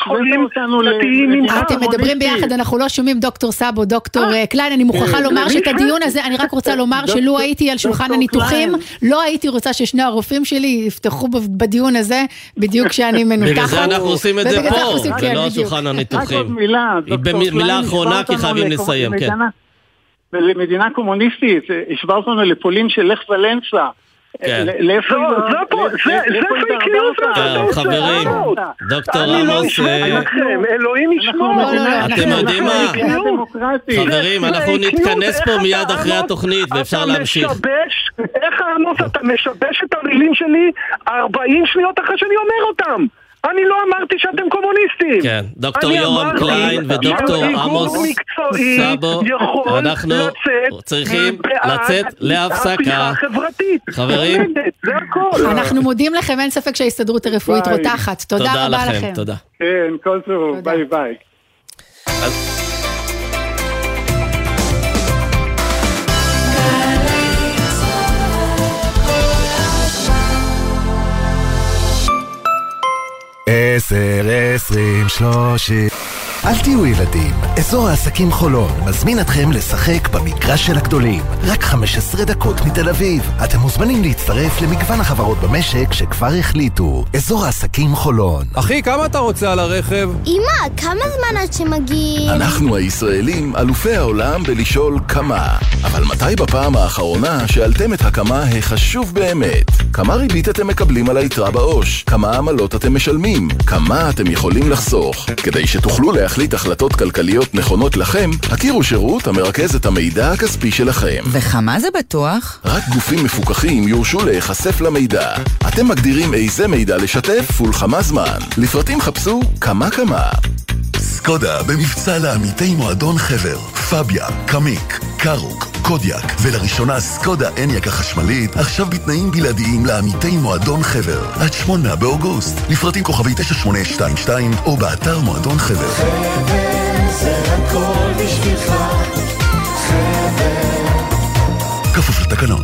אתם מדברים ביחד, אנחנו לא שומעים דוקטור סאבו, דוקטור קליין, אני מוכרחה לומר שאת הדיון הזה, אני רק רוצה לומר שלו הייתי על שולחן הניתוחים, לא הייתי רוצה ששני הרופאים שלי יפתחו בדיון הזה, בדיוק כשאני מנותחת. בגלל זה אנחנו עושים את זה פה, ולא על שולחן הניתוחים. מילה אחרונה, כי חייבים לסיים, כן. ולמדינה קומוניסטית, השווה אותנו לפולין של לך ולנסה. זה פייק ניוז. חברים, דוקטור עמוס, אלוהים ישמור. אתם יודעים מה? חברים, אנחנו נתכנס פה מיד אחרי התוכנית ואפשר להמשיך. איך עמוס, אתה משבש את המילים שלי 40 שניות אחרי שאני אומר אותם. אני לא אמרתי שאתם קומוניסטים. כן, דוקטור יורם קליין ודוקטור עמוס סאבו, אנחנו צריכים לצאת להפסקה. חברים, אנחנו מודים לכם, אין ספק שההסתדרות הרפואית רותחת. תודה רבה לכם. תודה. כן, כל טוב, ביי ביי. עשר, 20, 30. אל תהיו ילדים, אזור העסקים חולון מזמין אתכם לשחק במגרש של הגדולים. רק 15 דקות מתל אביב. אתם מוזמנים להצטרף למגוון החברות במשק שכבר החליטו. אזור העסקים חולון. אחי, כמה אתה רוצה על הרכב? אמא, כמה זמן עד שמגיעים? אנחנו הישראלים אלופי העולם בלשאול כמה. אבל מתי בפעם האחרונה שאלתם את הכמה החשוב באמת? כמה ריבית אתם מקבלים על היתרה בעו"ש? כמה עמלות אתם משלמים? כמה אתם יכולים לחסוך? כדי שתוכלו להחליט החלטות כלכליות נכונות לכם, הכירו שירות המרכז את המידע הכספי שלכם. וכמה זה בטוח? רק גופים מפוקחים יורשו להיחשף למידע. אתם מגדירים איזה מידע לשתף ולכמה זמן. לפרטים חפשו כמה. סקודה במבצע לעמיתי מועדון חבר, פביה, קמיק, קרוק, קודיאק, ולראשונה סקודה אניאק החשמלית, עכשיו בתנאים בלעדיים לעמיתי מועדון חבר. עד 8 באוגוסט. לפרטים כוכבי 9822 או באתר מועדון חבר. חבר זה הכל בשבילך. חבר. כפוף לתקנון.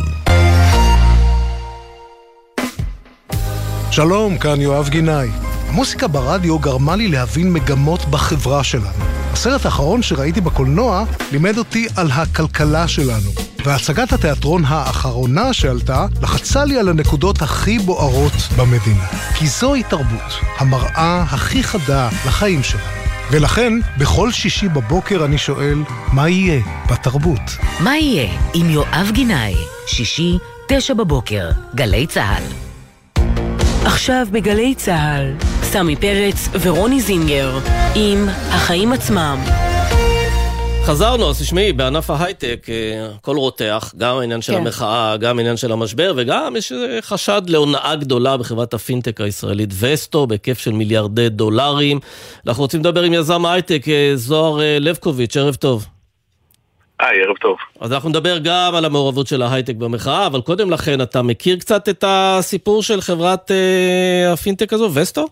שלום, כאן יואב גינאי. המוסיקה ברדיו גרמה לי להבין מגמות בחברה שלנו. הסרט האחרון שראיתי בקולנוע לימד אותי על הכלכלה שלנו. והצגת התיאטרון האחרונה שעלתה לחצה לי על הנקודות הכי בוערות במדינה. כי זוהי תרבות, המראה הכי חדה לחיים שלנו. ולכן, בכל שישי בבוקר אני שואל, מה יהיה בתרבות? מה יהיה עם יואב גינאי? שישי, 9 בבוקר, גלי צהל. עכשיו בגלי צהל, סמי פרץ ורוני זינגר עם החיים עצמם. חזרנו, אז תשמעי, בענף ההייטק הכל רותח, גם העניין של המחאה, גם העניין של המשבר, וגם יש חשד להונאה גדולה בחברת הפינטק הישראלית וסטו, בהיקף של מיליארדי דולרים. אנחנו רוצים לדבר עם יזם ההייטק, זוהר לבקוביץ', ערב טוב. ערב טוב. אז אנחנו נדבר גם על המעורבות של ההייטק במחאה, אבל קודם לכן, אתה מכיר קצת את הסיפור של חברת הפינטק הזו, וסטו?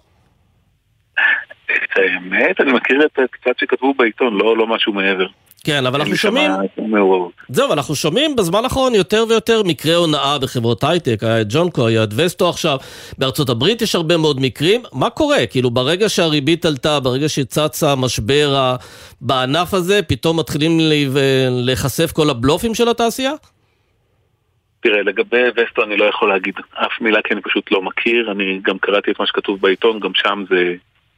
האמת, אני מכיר את קצת שכתבו בעיתון, לא משהו מעבר. כן, אבל אנחנו שומעים... זהו, אנחנו שומעים בזמן האחרון יותר ויותר מקרי הונאה בחברות הייטק, היה את ג'ונקו, היה את וסטו עכשיו, בארצות הברית יש הרבה מאוד מקרים, מה קורה? כאילו ברגע שהריבית עלתה, ברגע שצצה המשבר בענף הזה, פתאום מתחילים להיחשף כל הבלופים של התעשייה? תראה, לגבי וסטו אני לא יכול להגיד אף מילה, כי אני פשוט לא מכיר, אני גם קראתי את מה שכתוב בעיתון, גם שם זה...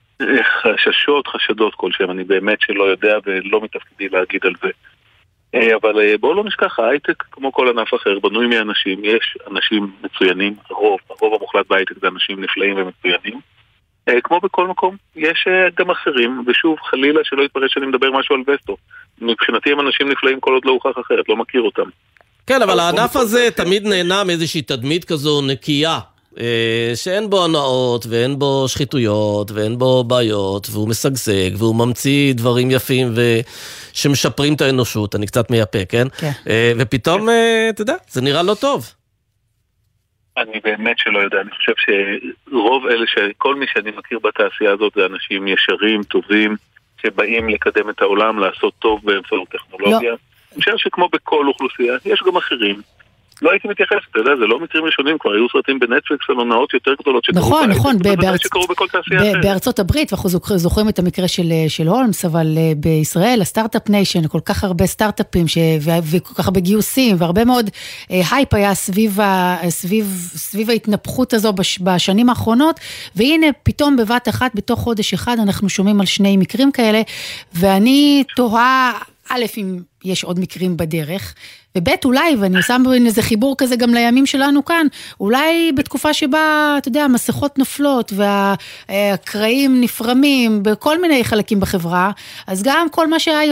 חשדות כלשהם, אני באמת שלא יודע ולא מתפקידי להגיד על זה. אבל בואו לא נשכח, ההייטק כמו כל ענף אחר בנוי מאנשים, יש אנשים מצוינים, הרוב המוחלט בהייטק זה אנשים נפלאים ומצוינים. כמו בכל מקום, יש גם אחרים, ושוב חלילה שלא יתפרש שאני מדבר משהו על וסטו. מבחינתי הם אנשים נפלאים כל עוד לא הוכח אחרת, לא מכיר אותם. כן, אבל הענף הזה תמיד נהנה מאיזושהי תדמית כזו נקייה. שאין בו הנאות ואין בו שחיתויות ואין בו בעיות והוא משגשג והוא ממציא דברים יפים שמשפרים את האנושות, אני קצת מייפה, כן? ופתאום, אתה יודע, זה נראה לא טוב. אני באמת שלא יודע, אני חושב שרוב אלה, כל מי שאני מכיר בתעשייה הזאת זה אנשים ישרים, טובים, שבאים לקדם את העולם, לעשות טוב באמצעות טכנולוגיה. אני חושב שכמו בכל אוכלוסייה, יש גם אחרים. לא הייתי מתייחס, אתה יודע, זה לא מקרים ראשונים, כבר היו סרטים בנטפליקס על הונאות יותר גדולות נכון, שקרו בכל תעשייה אחרת. בארצות הברית, ואנחנו זוכרים את המקרה של הולמס, אבל בישראל, הסטארט-אפ ניישן, כל כך הרבה סטארט-אפים, וכל כך הרבה גיוסים, והרבה מאוד הייפ היה סביב ההתנפחות הזו בשנים האחרונות, והנה פתאום בבת אחת, בתוך חודש אחד, אנחנו שומעים על 2 מקרים כאלה, ואני תוהה, א', אם יש עוד מקרים בדרך, וב' אולי, ואני שם איזה חיבור כזה גם לימים שלנו כאן, אולי בתקופה שבה, אתה יודע, המסכות נופלות, והקרעים נפרמים, בכל מיני חלקים בחברה, אז גם כל מה שהיה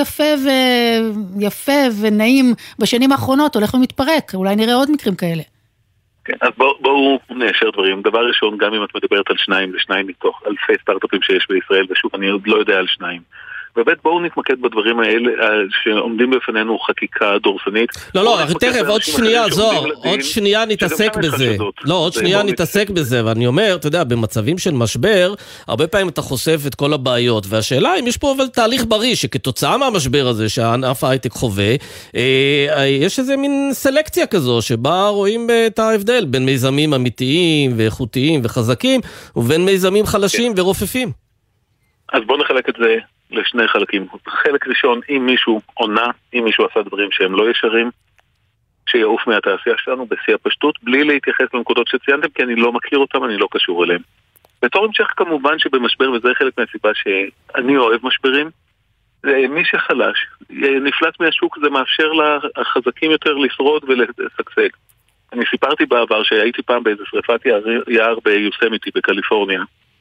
יפה ונעים בשנים האחרונות, הולך ומתפרק, אולי נראה עוד מקרים כאלה. כן, אז בואו נאשר דברים. דבר ראשון, גם אם את מדברת על 2, זה 2 מתוך אלפי סטארט-אפים שיש בישראל, ושוב, אני עוד לא יודע על 2. ובית בואו נתמקד בדברים האלה שעומדים בפנינו חקיקה דורסנית. לא, תכף, עוד שנייה, זוהר, עוד שנייה נתעסק בזה. לא, עוד שנייה נתעסק בזה, ואני אומר, אתה יודע, במצבים של משבר, הרבה פעמים אתה חושף את כל הבעיות, והשאלה אם יש פה אבל תהליך בריא, שכתוצאה מהמשבר הזה שהענף ההייטק חווה, יש איזה מין סלקציה כזו, שבה רואים את ההבדל בין מיזמים אמיתיים ואיכותיים וחזקים, ובין מיזמים חלשים ורופפים. אז בואו נחלק את זה לשני חלקים. חלק ראשון, אם מישהו עונה, אם מישהו עשה דברים שהם לא ישרים, שיעוף מהתעשייה שלנו בשיא הפשטות, בלי להתייחס לנקודות שציינתם, כי אני לא מכיר אותם, אני לא קשור אליהם. בתור המשך כמובן שבמשבר, וזה חלק מהסיבה שאני אוהב משברים, מי שחלש, נפלט מהשוק, זה מאפשר לחזקים יותר לשרוד ולשגשג. אני סיפרתי בעבר שהייתי פעם באיזה שריפת יער ביוסמיטי בקליפורניה,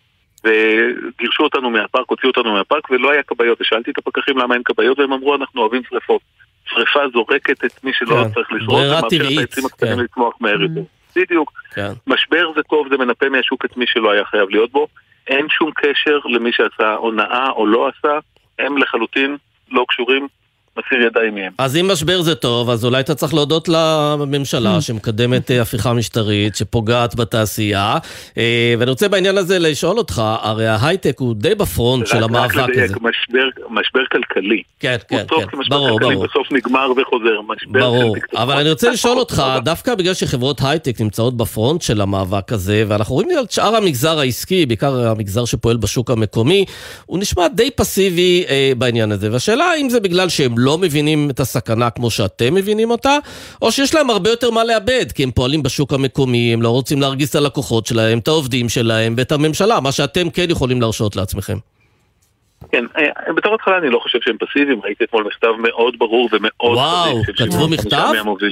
וגירשו אותנו מהפארק, הוציאו אותנו מהפארק, ולא היה קביות, ושאלתי את הפקחים למה אין קביות, והם אמרו, אנחנו אוהבים שריפות. שריפה זורקת את מי שלא צריך לשרוד, ומאפשר את העצים הקטנים לצמוח מהר יותר. בדיוק. משבר זה טוב, זה מנפה מהשוק את מי שלא היה חייב להיות בו, אין שום קשר למי שעשה הונאה או לא עשה, הם לחלוטין לא קשורים, מסיר ידיים מהם. אז אם משבר זה טוב, אז אולי אתה צריך להודות לממשלה שמקדמת הפיכה משטרית, שפוגעת בתעשייה, ואני רוצה בעניין הזה לשאול אותך, הרי ההייטק הוא די בפרונט של המאבק הזה. משבר כלכלי. כן, כן, ברור. בסוף נגמר וחוזר, ברור. אבל אני רוצה לשאול אותך, דווקא בגלל שחברות הייטק נמצאות בפרונט של המאבק הזה, ואנחנו רואים על שאר המגזר העסקי, בעיקר המגזר שפועל בשוק המקומי, הוא נשמע די פסיבי בעניין הזה, והשאלה אם זה בגלל שהם לא מבינים את הסכנה כמו שאתם מבינים אותה, או שיש להם הרבה יותר מה לאבד, כי הם פועלים בשוק המקומי, הם לא רוצים להרגיש את הלקוחות שלהם, את העובדים שלהם, ואת הממשלה, מה שאתם כן יכולים להרשות לעצמכם. כן, בתור התחלה אני לא חושב שהם פסיביים, ראיתי אתמול מכתב מאוד ברור ומאוד... וואו, כתבו מכתב?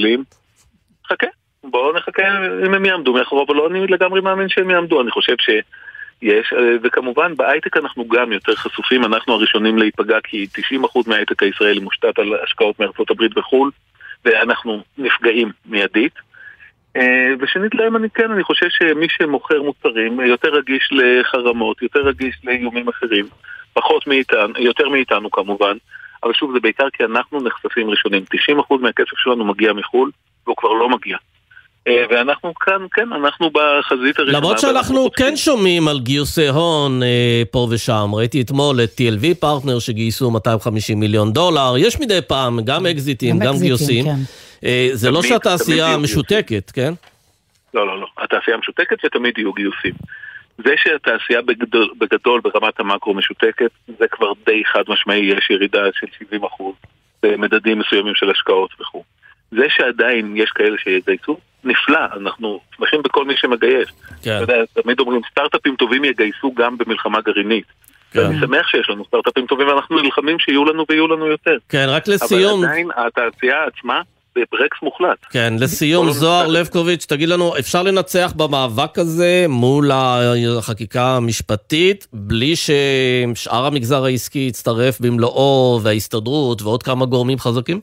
חכה, בואו נחכה אם הם יעמדו מאחורו, אבל לא אני לגמרי מאמין שהם יעמדו, אני חושב יש, וכמובן בהייטק אנחנו גם יותר חשופים, אנחנו הראשונים להיפגע כי 90% מההייטק הישראלי מושתת על השקעות מארצות הברית וחול, ואנחנו נפגעים מיידית. ושנית להם אני חושב שמי שמוכר מוצרים יותר רגיש לחרמות, יותר רגיש לאיומים אחרים, יותר מאיתנו כמובן, אבל שוב זה בעיקר כי אנחנו נחשפים ראשונים, 90% מהכסף שלנו מגיע מחול, והוא כבר לא מגיע. ואנחנו כאן, כן, אנחנו בחזית הראשונה. למרות שאנחנו כן שומעים על גיוסי הון פה ושם. ראיתי אתמול את TLV פרטנר שגייסו $250 מיליון. יש מדי פעם גם אקזיטים, גם גיוסים. זה לא שהתעשייה משותקת, כן? לא. התעשייה משותקת ותמיד יהיו גיוסים. זה שהתעשייה בגדול ברמת המקרו משותקת, זה כבר די חד משמעי, יש ירידה של 70% במדדים מסוימים של השקעות וכו'. זה שעדיין יש כאלה שיגייסו, נפלא, אנחנו שמחים בכל מי שמגייס. אתה יודע, תמיד אומרים, סטארט-אפים טובים יגייסו גם במלחמה גרעינית. אני שמח שיש לנו סטארט-אפים טובים, ואנחנו נלחמים שיהיו לנו ויהיו לנו יותר. כן, רק לסיום... אבל עדיין התעשייה עצמה בברקס מוחלט. כן, לסיום, זוהר לבקוביץ', תגיד לנו, אפשר לנצח במאבק הזה מול החקיקה המשפטית, בלי ששאר המגזר העסקי יצטרף במלואו, וההסתדרות ועוד כמה גורמים חזקים?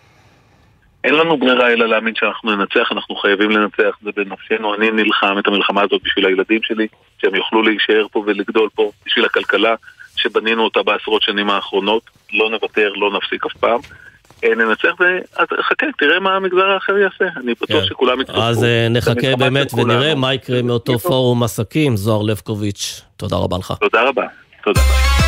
אין לנו ברירה אלא להאמין שאנחנו ננצח, אנחנו חייבים לנצח, זה בנפשנו, אני נלחם את המלחמה הזאת בשביל הילדים שלי, שהם יוכלו להישאר פה ולגדול פה, בשביל הכלכלה שבנינו אותה בעשרות שנים האחרונות, לא נוותר, לא נפסיק אף פעם, ננצח וחכה, תראה מה המגזר האחר יעשה. אני בטוח שכולם יתפסו. אז נחכה באמת ונראה מה יקרה מאותו פורום עסקים. זוהר לבקוביץ', תודה רבה לך. תודה רבה. תודה רבה.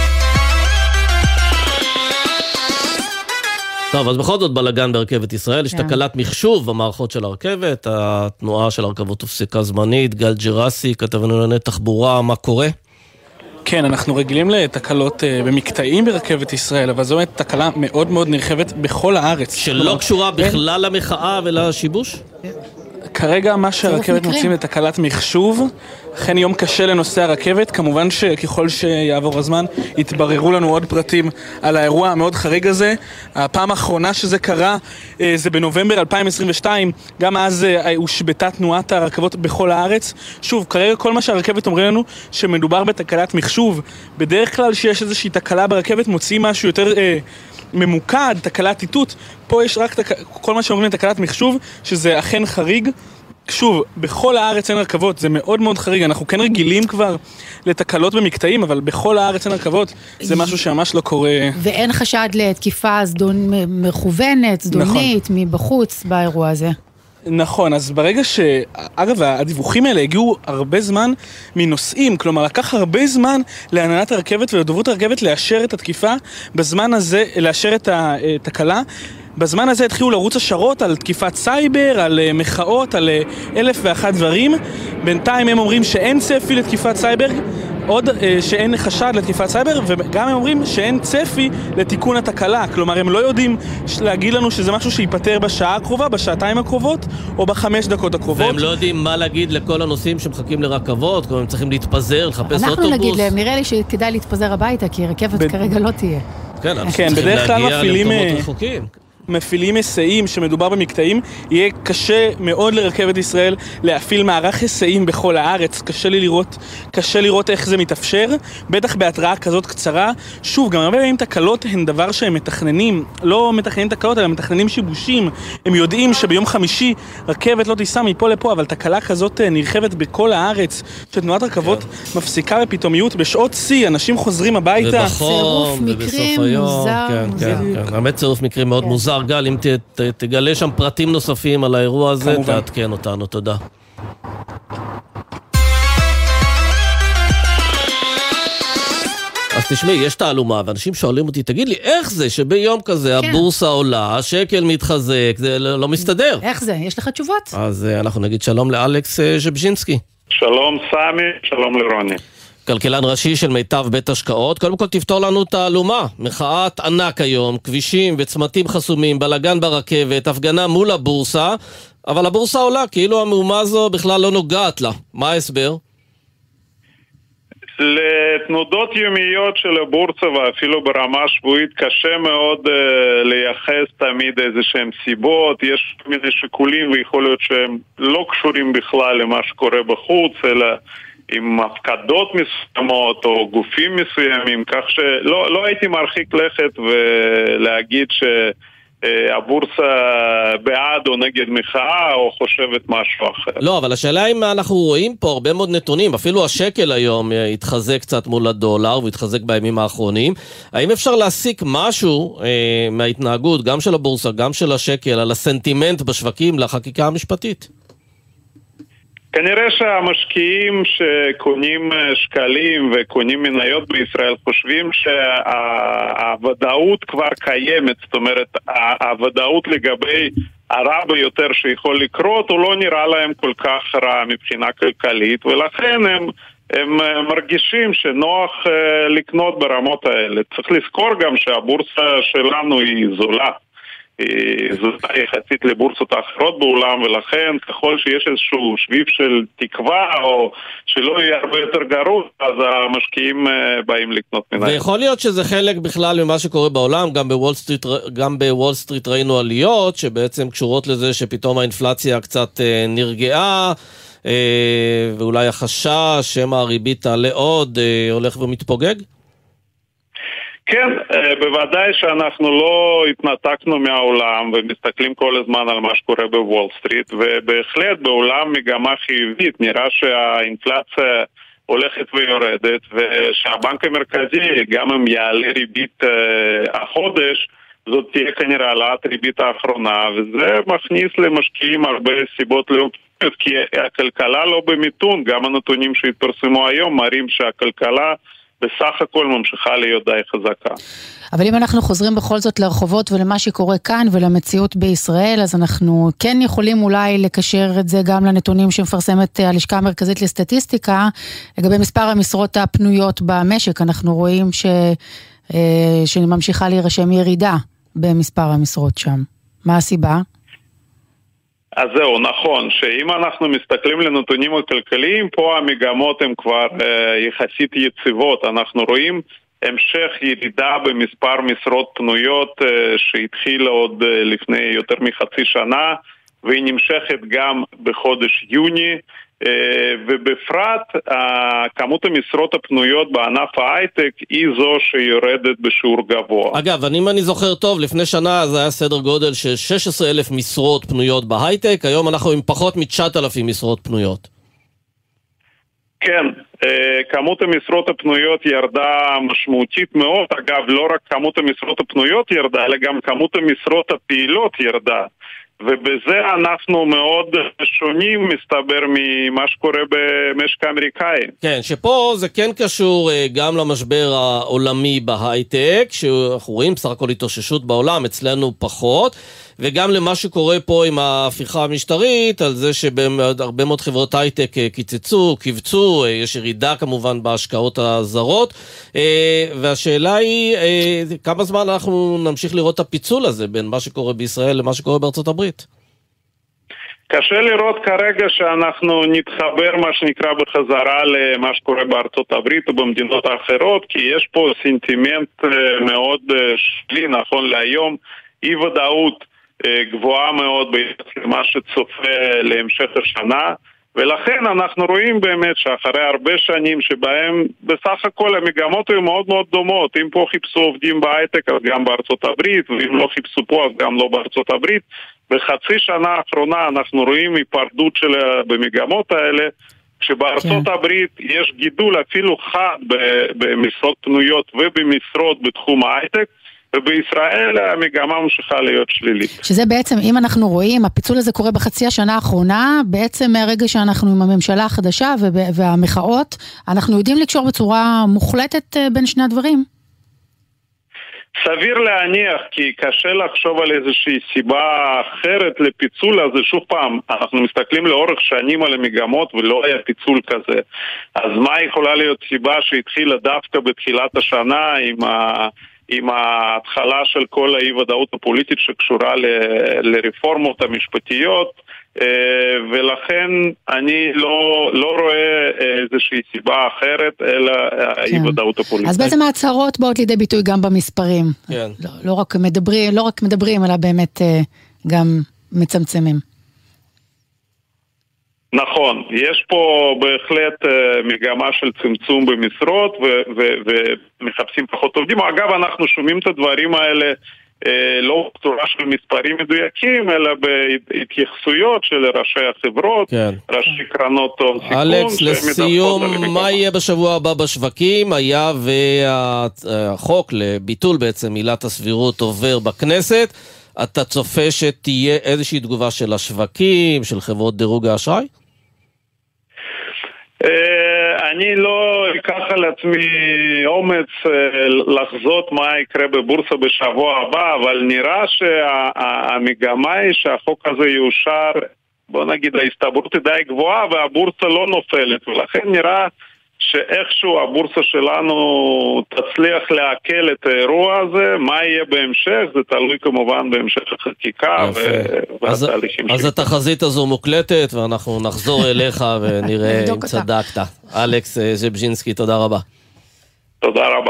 טוב, אז בכל זאת בלגן ברכבת ישראל, יש תקלת מחשוב במערכות של הרכבת, התנועה של הרכבות הופסקה זמנית, גל ג'רסי, כתבנו לענייני תחבורה, מה קורה? כן, אנחנו רגילים לתקלות במקטעים ברכבת ישראל, אבל זו תקלה מאוד מאוד נרחבת בכל הארץ. שלא קשורה בכלל למחאה ולשיבוש? כרגע מה שהרכבת מוצאים לתקלת מחשוב, אכן יום קשה לנושא הרכבת, כמובן שככל שיעבור הזמן יתבררו לנו עוד פרטים על האירוע המאוד חריג הזה. הפעם האחרונה שזה קרה זה בנובמבר 2022, גם אז הושבתה תנועת הרכבות בכל הארץ. שוב, כרגע כל מה שהרכבת אומרים לנו שמדובר בתקלת מחשוב, בדרך כלל שיש איזושהי תקלה ברכבת מוצאים משהו יותר ממוקד, תקלת איתות. פה יש רק כל מה שאומרים תקלת מחשוב, שזה אכן חריג. שוב, בכל הארץ אין רכבות, זה מאוד מאוד חריג, אנחנו כן רגילים כבר לתקלות במקטעים, אבל בכל הארץ אין רכבות, זה משהו שממש לא קורה. ואין חשד לתקיפה מכוונת, זדונית, מבחוץ באירוע הזה. נכון, אז ברגע אגב, הדיווחים האלה הגיעו הרבה זמן מנוסעים, כלומר, לקח הרבה זמן להנהלת הרכבת ולדוברות הרכבת לאשר את התקיפה, בזמן הזה, לאשר את התקלה, בזמן הזה התחילו לרוץ השערות על תקיפת סייבר, על מחאות, על 1,001 דברים. בינתיים הם אומרים שאין צפי לתקיפת סייבר, עוד שאין חשד לתקיפת סייבר, וגם הם אומרים שאין צפי לתיקון התקלה. כלומר, הם לא יודעים להגיד לנו שזה משהו שיפטר בשעה הקרובה, בשעתיים הקרובות, או ב5 דקות הקרובות. והם לא יודעים מה להגיד לכל הנוסעים שמחכים לרכבות, כלומר, הם צריכים להתפזר, לחפש אוטובוס. אנחנו נגיד להם, נראה לי שכדאי להתפזר הביתה, כי רכבת כרגע לא תהיה. כן, בדרך כלל מפעילים היסעים שמדובר במקטעים, יהיה קשה מאוד לרכבת ישראל להפעיל מערך היסעים בכל הארץ. קשה לראות איך זה מתאפשר, בטח בהתראה כזאת קצרה. שוב, גם הרבה פעמים תקלות הן דבר שהם מתכננים, לא מתכננים תקלות, אלא מתכננים שיבושים. הם יודעים שביום חמישי רכבת לא תיסע מפה לפה, אבל תקלה כזאת נרחבת בכל הארץ, שתנועת רכבות מפסיקה בפתאומיות בשעות שיא, אנשים חוזרים הביתה. צירוף מקרים מוזר. באמת צירוף מקרים מאוד מוזר. גל, אם תגלה שם פרטים נוספים על האירוע הזה, תעדכן אותנו. תודה. אז תשמעי, יש תעלומה, ואנשים שואלים אותי, תגיד לי, איך זה שביום כזה הבורסה עולה, השקל מתחזק, זה לא מסתדר? איך זה? יש לך תשובות? אז אנחנו נגיד שלום לאלכס ז'בז'ינסקי. שלום סמי, שלום לרוני. כלכלן ראשי של מיטב בית השקעות. קודם כל תפתור לנו תעלומה. מחאת ענק היום, כבישים וצמתים חסומים, בלגן ברכבת, הפגנה מול הבורסה, אבל הבורסה עולה, כאילו המהומה הזו בכלל לא נוגעת לה. מה ההסבר? לתנודות יומיות של הבורסה ואפילו ברמה שבועית קשה מאוד לייחס תמיד איזה שהם סיבות. יש מיני שיקולים ויכול להיות שהם לא קשורים בכלל למה שקורה בחוץ, אלא עם הפקדות מסוימות או גופים מסוימים, כך שלא הייתי מרחיק לכת ולהגיד שהבורסה בעד או נגד מחאה או חושבת משהו אחר. לא, אבל השאלה אם אנחנו רואים פה הרבה מאוד נתונים, אפילו השקל היום התחזק קצת מול הדולר והתחזק בימים האחרונים. האם אפשר להסיק משהו מההתנהגות גם של הבורסה, גם של השקל, על הסנטימנט בשווקים לחקיקה המשפטית? כנראה שהמשקיעים שקונים שקלים וקונים מניות בישראל חושבים שהוודאות כבר קיימת, זאת אומרת, הוודאות לגבי הרע ביותר שיכול לקרות, הוא לא נראה להם כל כך רע מבחינה כלכלית, ולכן הם מרגישים שנוח לקנות ברמות האלה. צריך לזכור גם שהבורסה שלנו היא זולה. זאת יחסית לבורסות האחרות בעולם, ולכן ככל שיש איזשהו שביב של תקווה או שלא יהיה הרבה יותר גרוע, אז המשקיעים באים לקנות מניות. ויכול להיות שזה חלק בכלל ממה שקורה בעולם. גם בוול סטריט ראינו עליות שבעצם קשורות לזה שפתאום האינפלציה קצת נרגעה, ואולי החשש שמה הריבית תעלה עוד הולך ומתפוגג? כן, בוודאי שאנחנו לא התנתקנו מהעולם ומסתכלים כל הזמן על מה שקורה בוול סטריט, ובהחלט בעולם מגמה חיובית. נראה שהאינפלציה הולכת ויורדת, ושהבנק המרכזי גם אם יעלה ריבית החודש, זאת תהיה כנראה העלאת ריבית האחרונה, וזה מכניס למשקיעים הרבה סיבות לאופטימיות, כי הכלכלה לא במיתון, גם הנתונים שהתפרסמו היום מראים שהכלכלה בסך הכל ממשיכה להיות די חזקה. אבל אם אנחנו חוזרים בכל זאת לרחובות ולמה שקורה כאן ולמציאות בישראל, אז אנחנו כן יכולים אולי לקשר את זה גם לנתונים שמפרסמת הלשכה המרכזית לסטטיסטיקה, לגבי מספר המשרות הפנויות במשק. אנחנו רואים שממשיכה להירשם ירידה במספר המשרות שם. מה הסיבה? אז זהו, נכון, שאם אנחנו מסתכלים לנתונים הכלכליים, פה המגמות הן כבר יחסית יציבות. אנחנו רואים המשך ירידה במספר משרות פנויות שהתחילה עוד לפני יותר מחצי שנה, והיא נמשכת גם בחודש יוני, ובפרט כמות המשרות הפנויות בענף ההייטק היא זו שיורדת בשיעור גבוה. אגב, אם אני זוכר טוב, לפני שנה זה היה סדר גודל של 16,000 משרות פנויות בהייטק, היום אנחנו עם פחות מ-9,000 משרות פנויות. כן, כמות המשרות הפנויות ירדה משמעותית מאוד. אגב, לא רק כמות המשרות הפנויות ירדה, אלא גם כמות המשרות הפעילות ירדה. ובזה אנחנו מאוד שונים, מסתבר, ממה שקורה במשק האמריקאי. כן, שפה זה כן קשור גם למשבר העולמי בהייטק, שאנחנו רואים בסך הכל התאוששות בעולם, אצלנו פחות, וגם למה שקורה פה עם ההפיכה המשטרית, על זה שהרבה מאוד חברות הייטק קיצצו, קיבצו, יש ירידה כמובן בהשקעות הזרות, והשאלה היא כמה זמן אנחנו נמשיך לראות את הפיצול הזה בין מה שקורה בישראל למה שקורה בארצות הברית. קשה לראות כרגע שאנחנו נתחבר מה שנקרא בחזרה למה שקורה בארצות הברית ובמדינות האחרות, כי יש פה סנטימנט מאוד שלי נכון להיום, אי ודאות גבוהה מאוד ביחס למה שצופה להמשך השנה, ולכן אנחנו רואים באמת שאחרי הרבה שנים שבהם בסך הכל המגמות היו מאוד מאוד דומות. אם פה חיפשו עובדים בהייטק אז גם בארצות הברית, ואם לא חיפשו פה אז גם לא בארצות הברית. בחצי שנה האחרונה אנחנו רואים היפרדות במגמות האלה, שבארצות הברית יש גידול אפילו חד במשרות פנויות ובמשרות בתחום ההייטק, ובישראל המגמה ממשיכה להיות שלילית. שזה בעצם, אם אנחנו רואים, הפיצול הזה קורה בחצי השנה האחרונה, בעצם מהרגע שאנחנו עם הממשלה החדשה והמחאות, אנחנו יודעים לקשור בצורה מוחלטת בין שני הדברים? סביר להניח, כי קשה לחשוב על איזושהי סיבה אחרת לפיצול הזה. שוב פעם, אנחנו מסתכלים לאורך שנים על המגמות ולא היה פיצול כזה. אז מה יכולה להיות סיבה שהתחילה דווקא בתחילת השנה עם ההתחלה של כל האי-ודאות הפוליטית שקשורה לרפורמות המשפטיות, ולכן אני לא רואה איזושהי סיבה אחרת אלא האי-ודאות הפוליטית. אז בעצם ההצהרות באות לידי ביטוי גם במספרים. כן. לא רק מדברים, אלא באמת גם מצמצמים. נכון, יש פה בהחלט מגמה של צמצום במשרות ומחפשים פחות עובדים. אגב, אנחנו שומעים את הדברים האלה לא בצורה של מספרים מדויקים, אלא בהתייחסויות של ראשי החברות, ראשי קרנות הון סיכון. אלכס, לסיום, מה יהיה בשבוע הבא בשווקים? היה והחוק לביטול בעצם עילת הסבירות עובר בכנסת, אתה צופה שתהיה איזושהי תגובה של השווקים, של חברות דירוג האשראי? אני לא אקח על עצמי אומץ לחזות מה יקרה בבורסה בשבוע הבא, אבל נראה שהמגמה היא שהחוק הזה יאושר, בוא נגיד ההסתברות היא די גבוהה והבורסה לא נופלת, ולכן נראה שאיכשהו הבורסה שלנו תצליח להקל את האירוע הזה. מה יהיה בהמשך? זה תלוי כמובן בהמשך החקיקה והתהליכים. אז התחזית הזו מוקלטת ואנחנו נחזור אליך ונראה אם צדקת. אלכס ז'בז'ינסקי, תודה רבה. תודה רבה.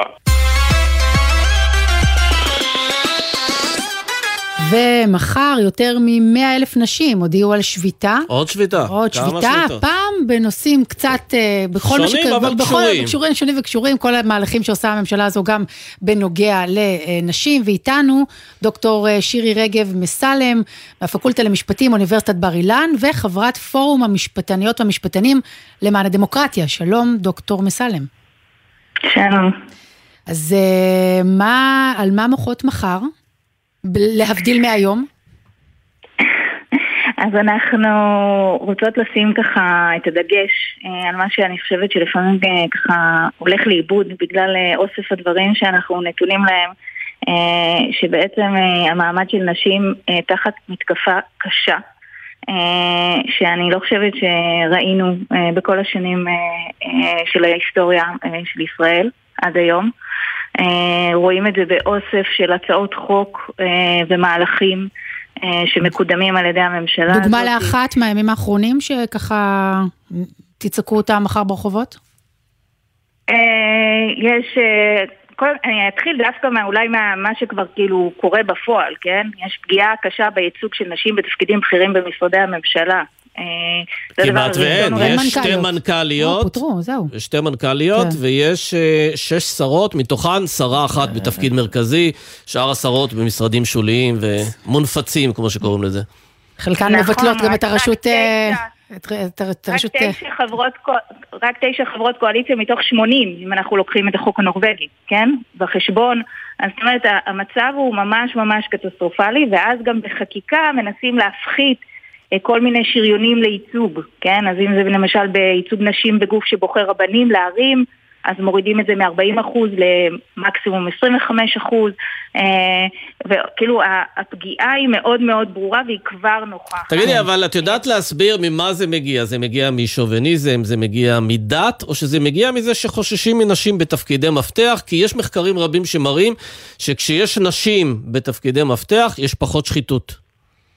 ומחר יותר מ100,000 נשים הודיעו על שביתה. עוד שביתה. עוד שביתה, פעם בנושאים קצת, קשורים וקשורים, כל המהלכים שעושה הממשלה הזו גם בנוגע לנשים, ואיתנו דוקטור שירי רגב מסלם, מהפקולטה למשפטים, אוניברסיטת בר אילן, וחברת פורום המשפטניות והמשפטנים למען הדמוקרטיה. שלום דוקטור מסלם. שלום. אז על מה מוחות מחר? להבדיל מהיום? אז אנחנו רוצות לשים ככה את הדגש על מה שאני חושבת שלפעמים ככה הולך לאיבוד בגלל אוסף הדברים שאנחנו נתונים להם, שבעצם המעמד של נשים תחת מתקפה קשה, שאני לא חושבת שראינו בכל השנים של ההיסטוריה של ישראל עד היום. רואים את זה באוסף של הצעות חוק ומהלכים שמקודמים על ידי הממשלה. דוגמה לאחת מהימים האחרונים שככה תצעקו אותה מחר ברחובות? יש, אני אתחיל דווקא אולי מה שכבר כאילו קורה בפועל, כן? יש פגיעה קשה בייצוג של נשים בתפקידים בכירים במשרדי הממשלה. כמעט ואין, יש שתי מנכ"ליות, שתי מנכ"ליות ויש 6 שרות, מתוכן שרה אחת בתפקיד מרכזי, שאר השרות במשרדים שוליים ומונפצים, כמו שקוראים לזה. חלקן מבטלות גם את הרשות... רק 9 חברות קואליציה מתוך 80, אם אנחנו לוקחים את החוק הנורווגי, כן? בחשבון. אז זאת אומרת, המצב הוא ממש ממש קטסטרופלי, ואז גם בחקיקה מנסים להפחית כל מיני שריונים לייצוג, כן? אז אם זה למשל בייצוג נשים בגוף שבוחר רבנים לערים, אז מורידים את זה מ-40% למקסימום 25%, וכאילו הפגיעה היא מאוד מאוד ברורה והיא כבר נוחה. תגידי, אבל את יודעת להסביר ממה זה מגיע? זה מגיע משוביניזם, זה מגיע מדת, או שזה מגיע מזה שחוששים מנשים בתפקידי מפתח? כי יש מחקרים רבים שמראים שכשיש נשים בתפקידי מפתח, יש פחות שחיתות.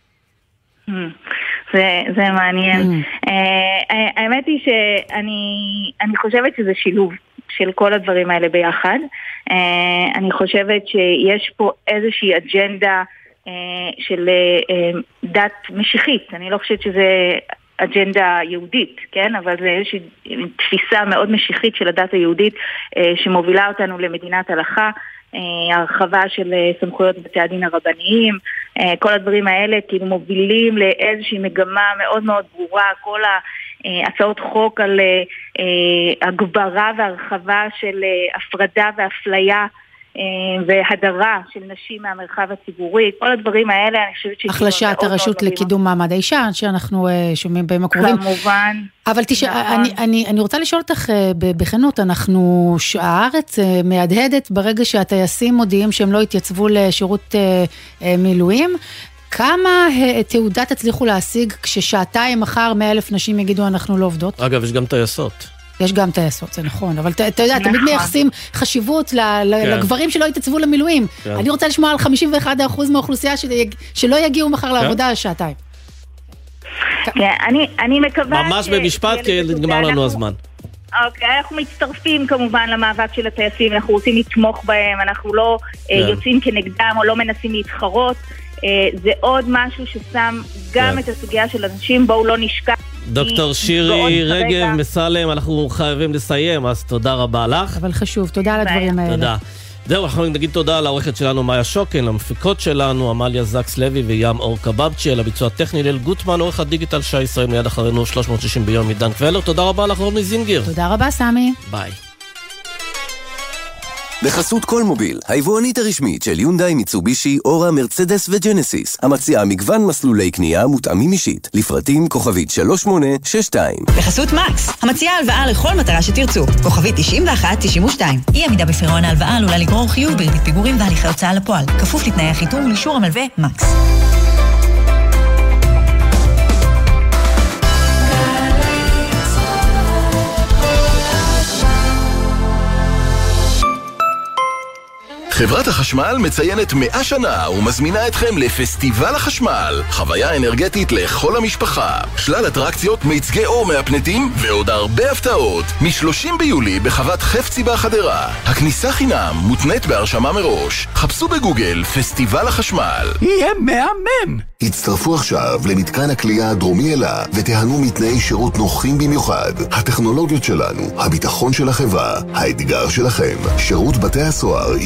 זה מעניין. האמת היא שאני חושבת שזה שילוב של כל הדברים האלה ביחד. אני חושבת שיש פה איזושהי אג'נדה של דת משיחית. אני לא חושבת שזה אג'נדה יהודית, כן? אבל זה איזושהי תפיסה מאוד משיחית של הדת היהודית שמובילה אותנו למדינת הלכה. הרחבה של סמכויות בתי הדין הרבניים, כל הדברים האלה כאילו מובילים לאיזושהי מגמה מאוד מאוד ברורה, כל הצעות חוק על הגברה והרחבה של הפרדה ואפליה והדרה של נשים מהמרחב הציבורי, כל הדברים האלה אני חושבת החלשת הרשות לקידום מעמד האישה שאנחנו שומעים בימים הקרובים. כמובן. אבל אני רוצה לשאול אותך בכנות, הארץ מהדהדת ברגע שהטייסים מודיעים שהם לא התייצבו לשירות מילואים, כמה תעודה תצליחו להשיג כששעתיים מחר 100,000 נשים יגידו אנחנו לא עובדות? אגב, יש גם טייסות. יש גם טייסות, זה נכון, אבל אתה יודע, תמיד מייחסים חשיבות לגברים שלא יתעצבו למילואים. אני רוצה לשמוע על 51% מהאוכלוסייה שלא יגיעו מחר לעבודה שעתיים. אני מקווה... ממש במשפט, כי נגמר לנו הזמן. אוקיי, אנחנו מצטרפים כמובן למאבק של הטייסים, אנחנו רוצים לתמוך בהם, אנחנו לא יוצאים כנגדם או לא מנסים להתחרות. זה עוד משהו ששם גם את הסוגיה של אנשים, בואו לא נשכח. דוקטור שירי רגב מסלם, אנחנו חייבים לסיים, אז תודה רבה לך. אבל חשוב, תודה על הדברים האלה. תודה. זהו, אנחנו נגיד תודה לעורכת שלנו מאיה שוקן, למפיקות שלנו עמליה זקס לוי וים אור קבבצ'י, לביצוע הטכני ליל גוטמן, עורך הדיגיטל שי ישראל מיד אחרינו 360 ביום מדן קוולר. תודה רבה לך רוני זינגר. תודה רבה סמי. ביי. בחסות כל מוביל, היבואנית הרשמית של יונדאי, מיצובישי, אורה, מרצדס וג'נסיס, המציעה מגוון מסלולי קנייה מותאמים אישית, לפרטים כוכבית 3862. בחסות מקס, המציעה הלוואה לכל מטרה שתרצו, כוכבית 9192. אי עמידה בפירעון ההלוואה עלולה לגרור חיוב בריבית פיגורים והליכי הוצאה לפועל, כפוף לתנאי החיתום ולאישור המלווה מקס. חברת החשמל מציינת 100 שנה ומזמינה אתכם לפסטיבל החשמל, חוויה אנרגטית לכל המשפחה, שלל אטרקציות, מיצגי אור מהפנטים ועוד הרבה הפתעות. מ-30 ביולי בחוות חפצי בחדרה. הכניסה חינם, מותנית בהרשמה מראש. חפשו בגוגל פסטיבל החשמל. יהיה מהמם! הצטרפו עכשיו למתקן הכלייה הדרומי אלה ותיהנו מתנאי שירות נוחים במיוחד. הטכנולוגיות שלנו, הביטחון של החברה, האתגר שלכם. שירות בתי הסוהר, ארגון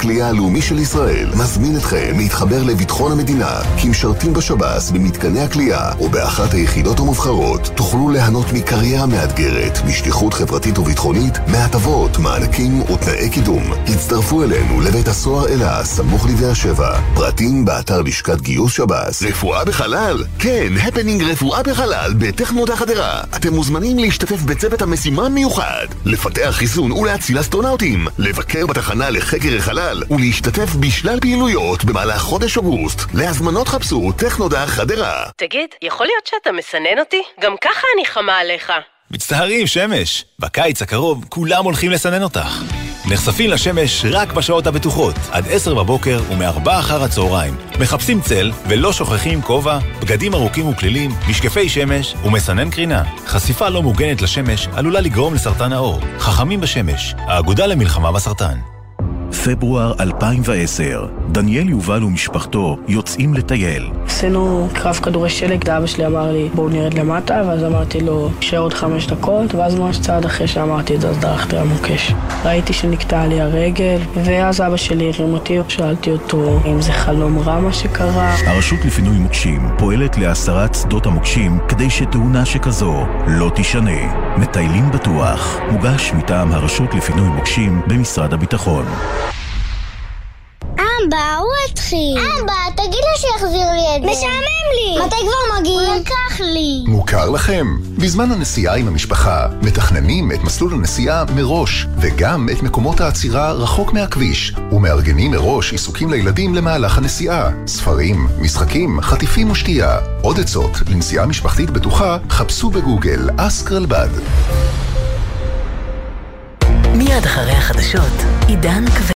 הכלייה הלאומי של ישראל מזמין אתכם להתחבר לביטחון המדינה, כי משרתים בשב"ס במתקני הכלייה או באחת היחידות המובחרות תוכלו ליהנות מקריירה מאתגרת, משליחות חברתית וביטחונית, מהטבות, מענקים ותנאי קידום. הצטרפו אלינו לבית הסוהר אלה, סמוך לבאר שבע. פרטים באתר לשכת גיוס שב"ס. רפואה בחלל? כן, הפנינג רפואה בחלל בטכנודע חדרה. אתם מוזמנים להשתתף בצוות המשימה מיוחד, לפתח חיסון ולהציל אסטרונאוטים, לבקר בתחנה לחקר החלל ולהשתתף בשלל פעילויות במהלך חודש אוגוסט. להזמנות חפשו טכנודע חדרה. תגיד, יכול להיות שאתה מסנן אותי? גם ככה אני חמה עליך. מצטערים, שמש. בקיץ הקרוב כולם הולכים לסנן אותך. נחשפים לשמש רק בשעות הבטוחות, עד 10 בבוקר ו4 אחר הצהריים. מחפשים צל ולא שוכחים כובע, בגדים ארוכים וכלילים, משקפי שמש ומסנן קרינה. חשיפה לא מוגנת לשמש עלולה לגרום לסרטן העור. חכמים בשמש, האגודה למלחמה בסרטן. פברואר 2010, דניאל יובל ומשפחתו יוצאים לטייל. עשינו קרב כדורי שלג, אבא שלי אמר לי בואו נרד למטה, ואז אמרתי לו שער עוד 5 דקות, ואז ממש צעד אחרי שאמרתי את זה אז דרכתי למוקש. ראיתי שנקטעה לי הרגל, ואז אבא שלי הרים אותי, שאלתי אותו אם זה חלום רע מה שקרה. הרשות לפינוי מוקשים פועלת להסרת שדות המוקשים כדי שתאונה שכזו לא תשנה. מטיילים בטוח, מוגש מטעם הרשות לפינוי מוקשים במשרד הביטחון. אבא, הוא התחיל. אבא, תגיד לו שיחזיר לי את זה. משעמם לי. מתי כבר מגיע? הוא לקח לי. מוכר לכם? בזמן הנסיעה עם המשפחה, מתכננים את מסלול הנסיעה מראש, וגם את מקומות העצירה רחוק מהכביש, ומארגנים מראש עיסוקים לילדים למהלך הנסיעה. ספרים, משחקים, חטיפים ושתייה. עוד עצות לנסיעה משפחתית בטוחה, חפשו בגוגל אסק רלב"ד. מיד אחרי החדשות, עידן כבד.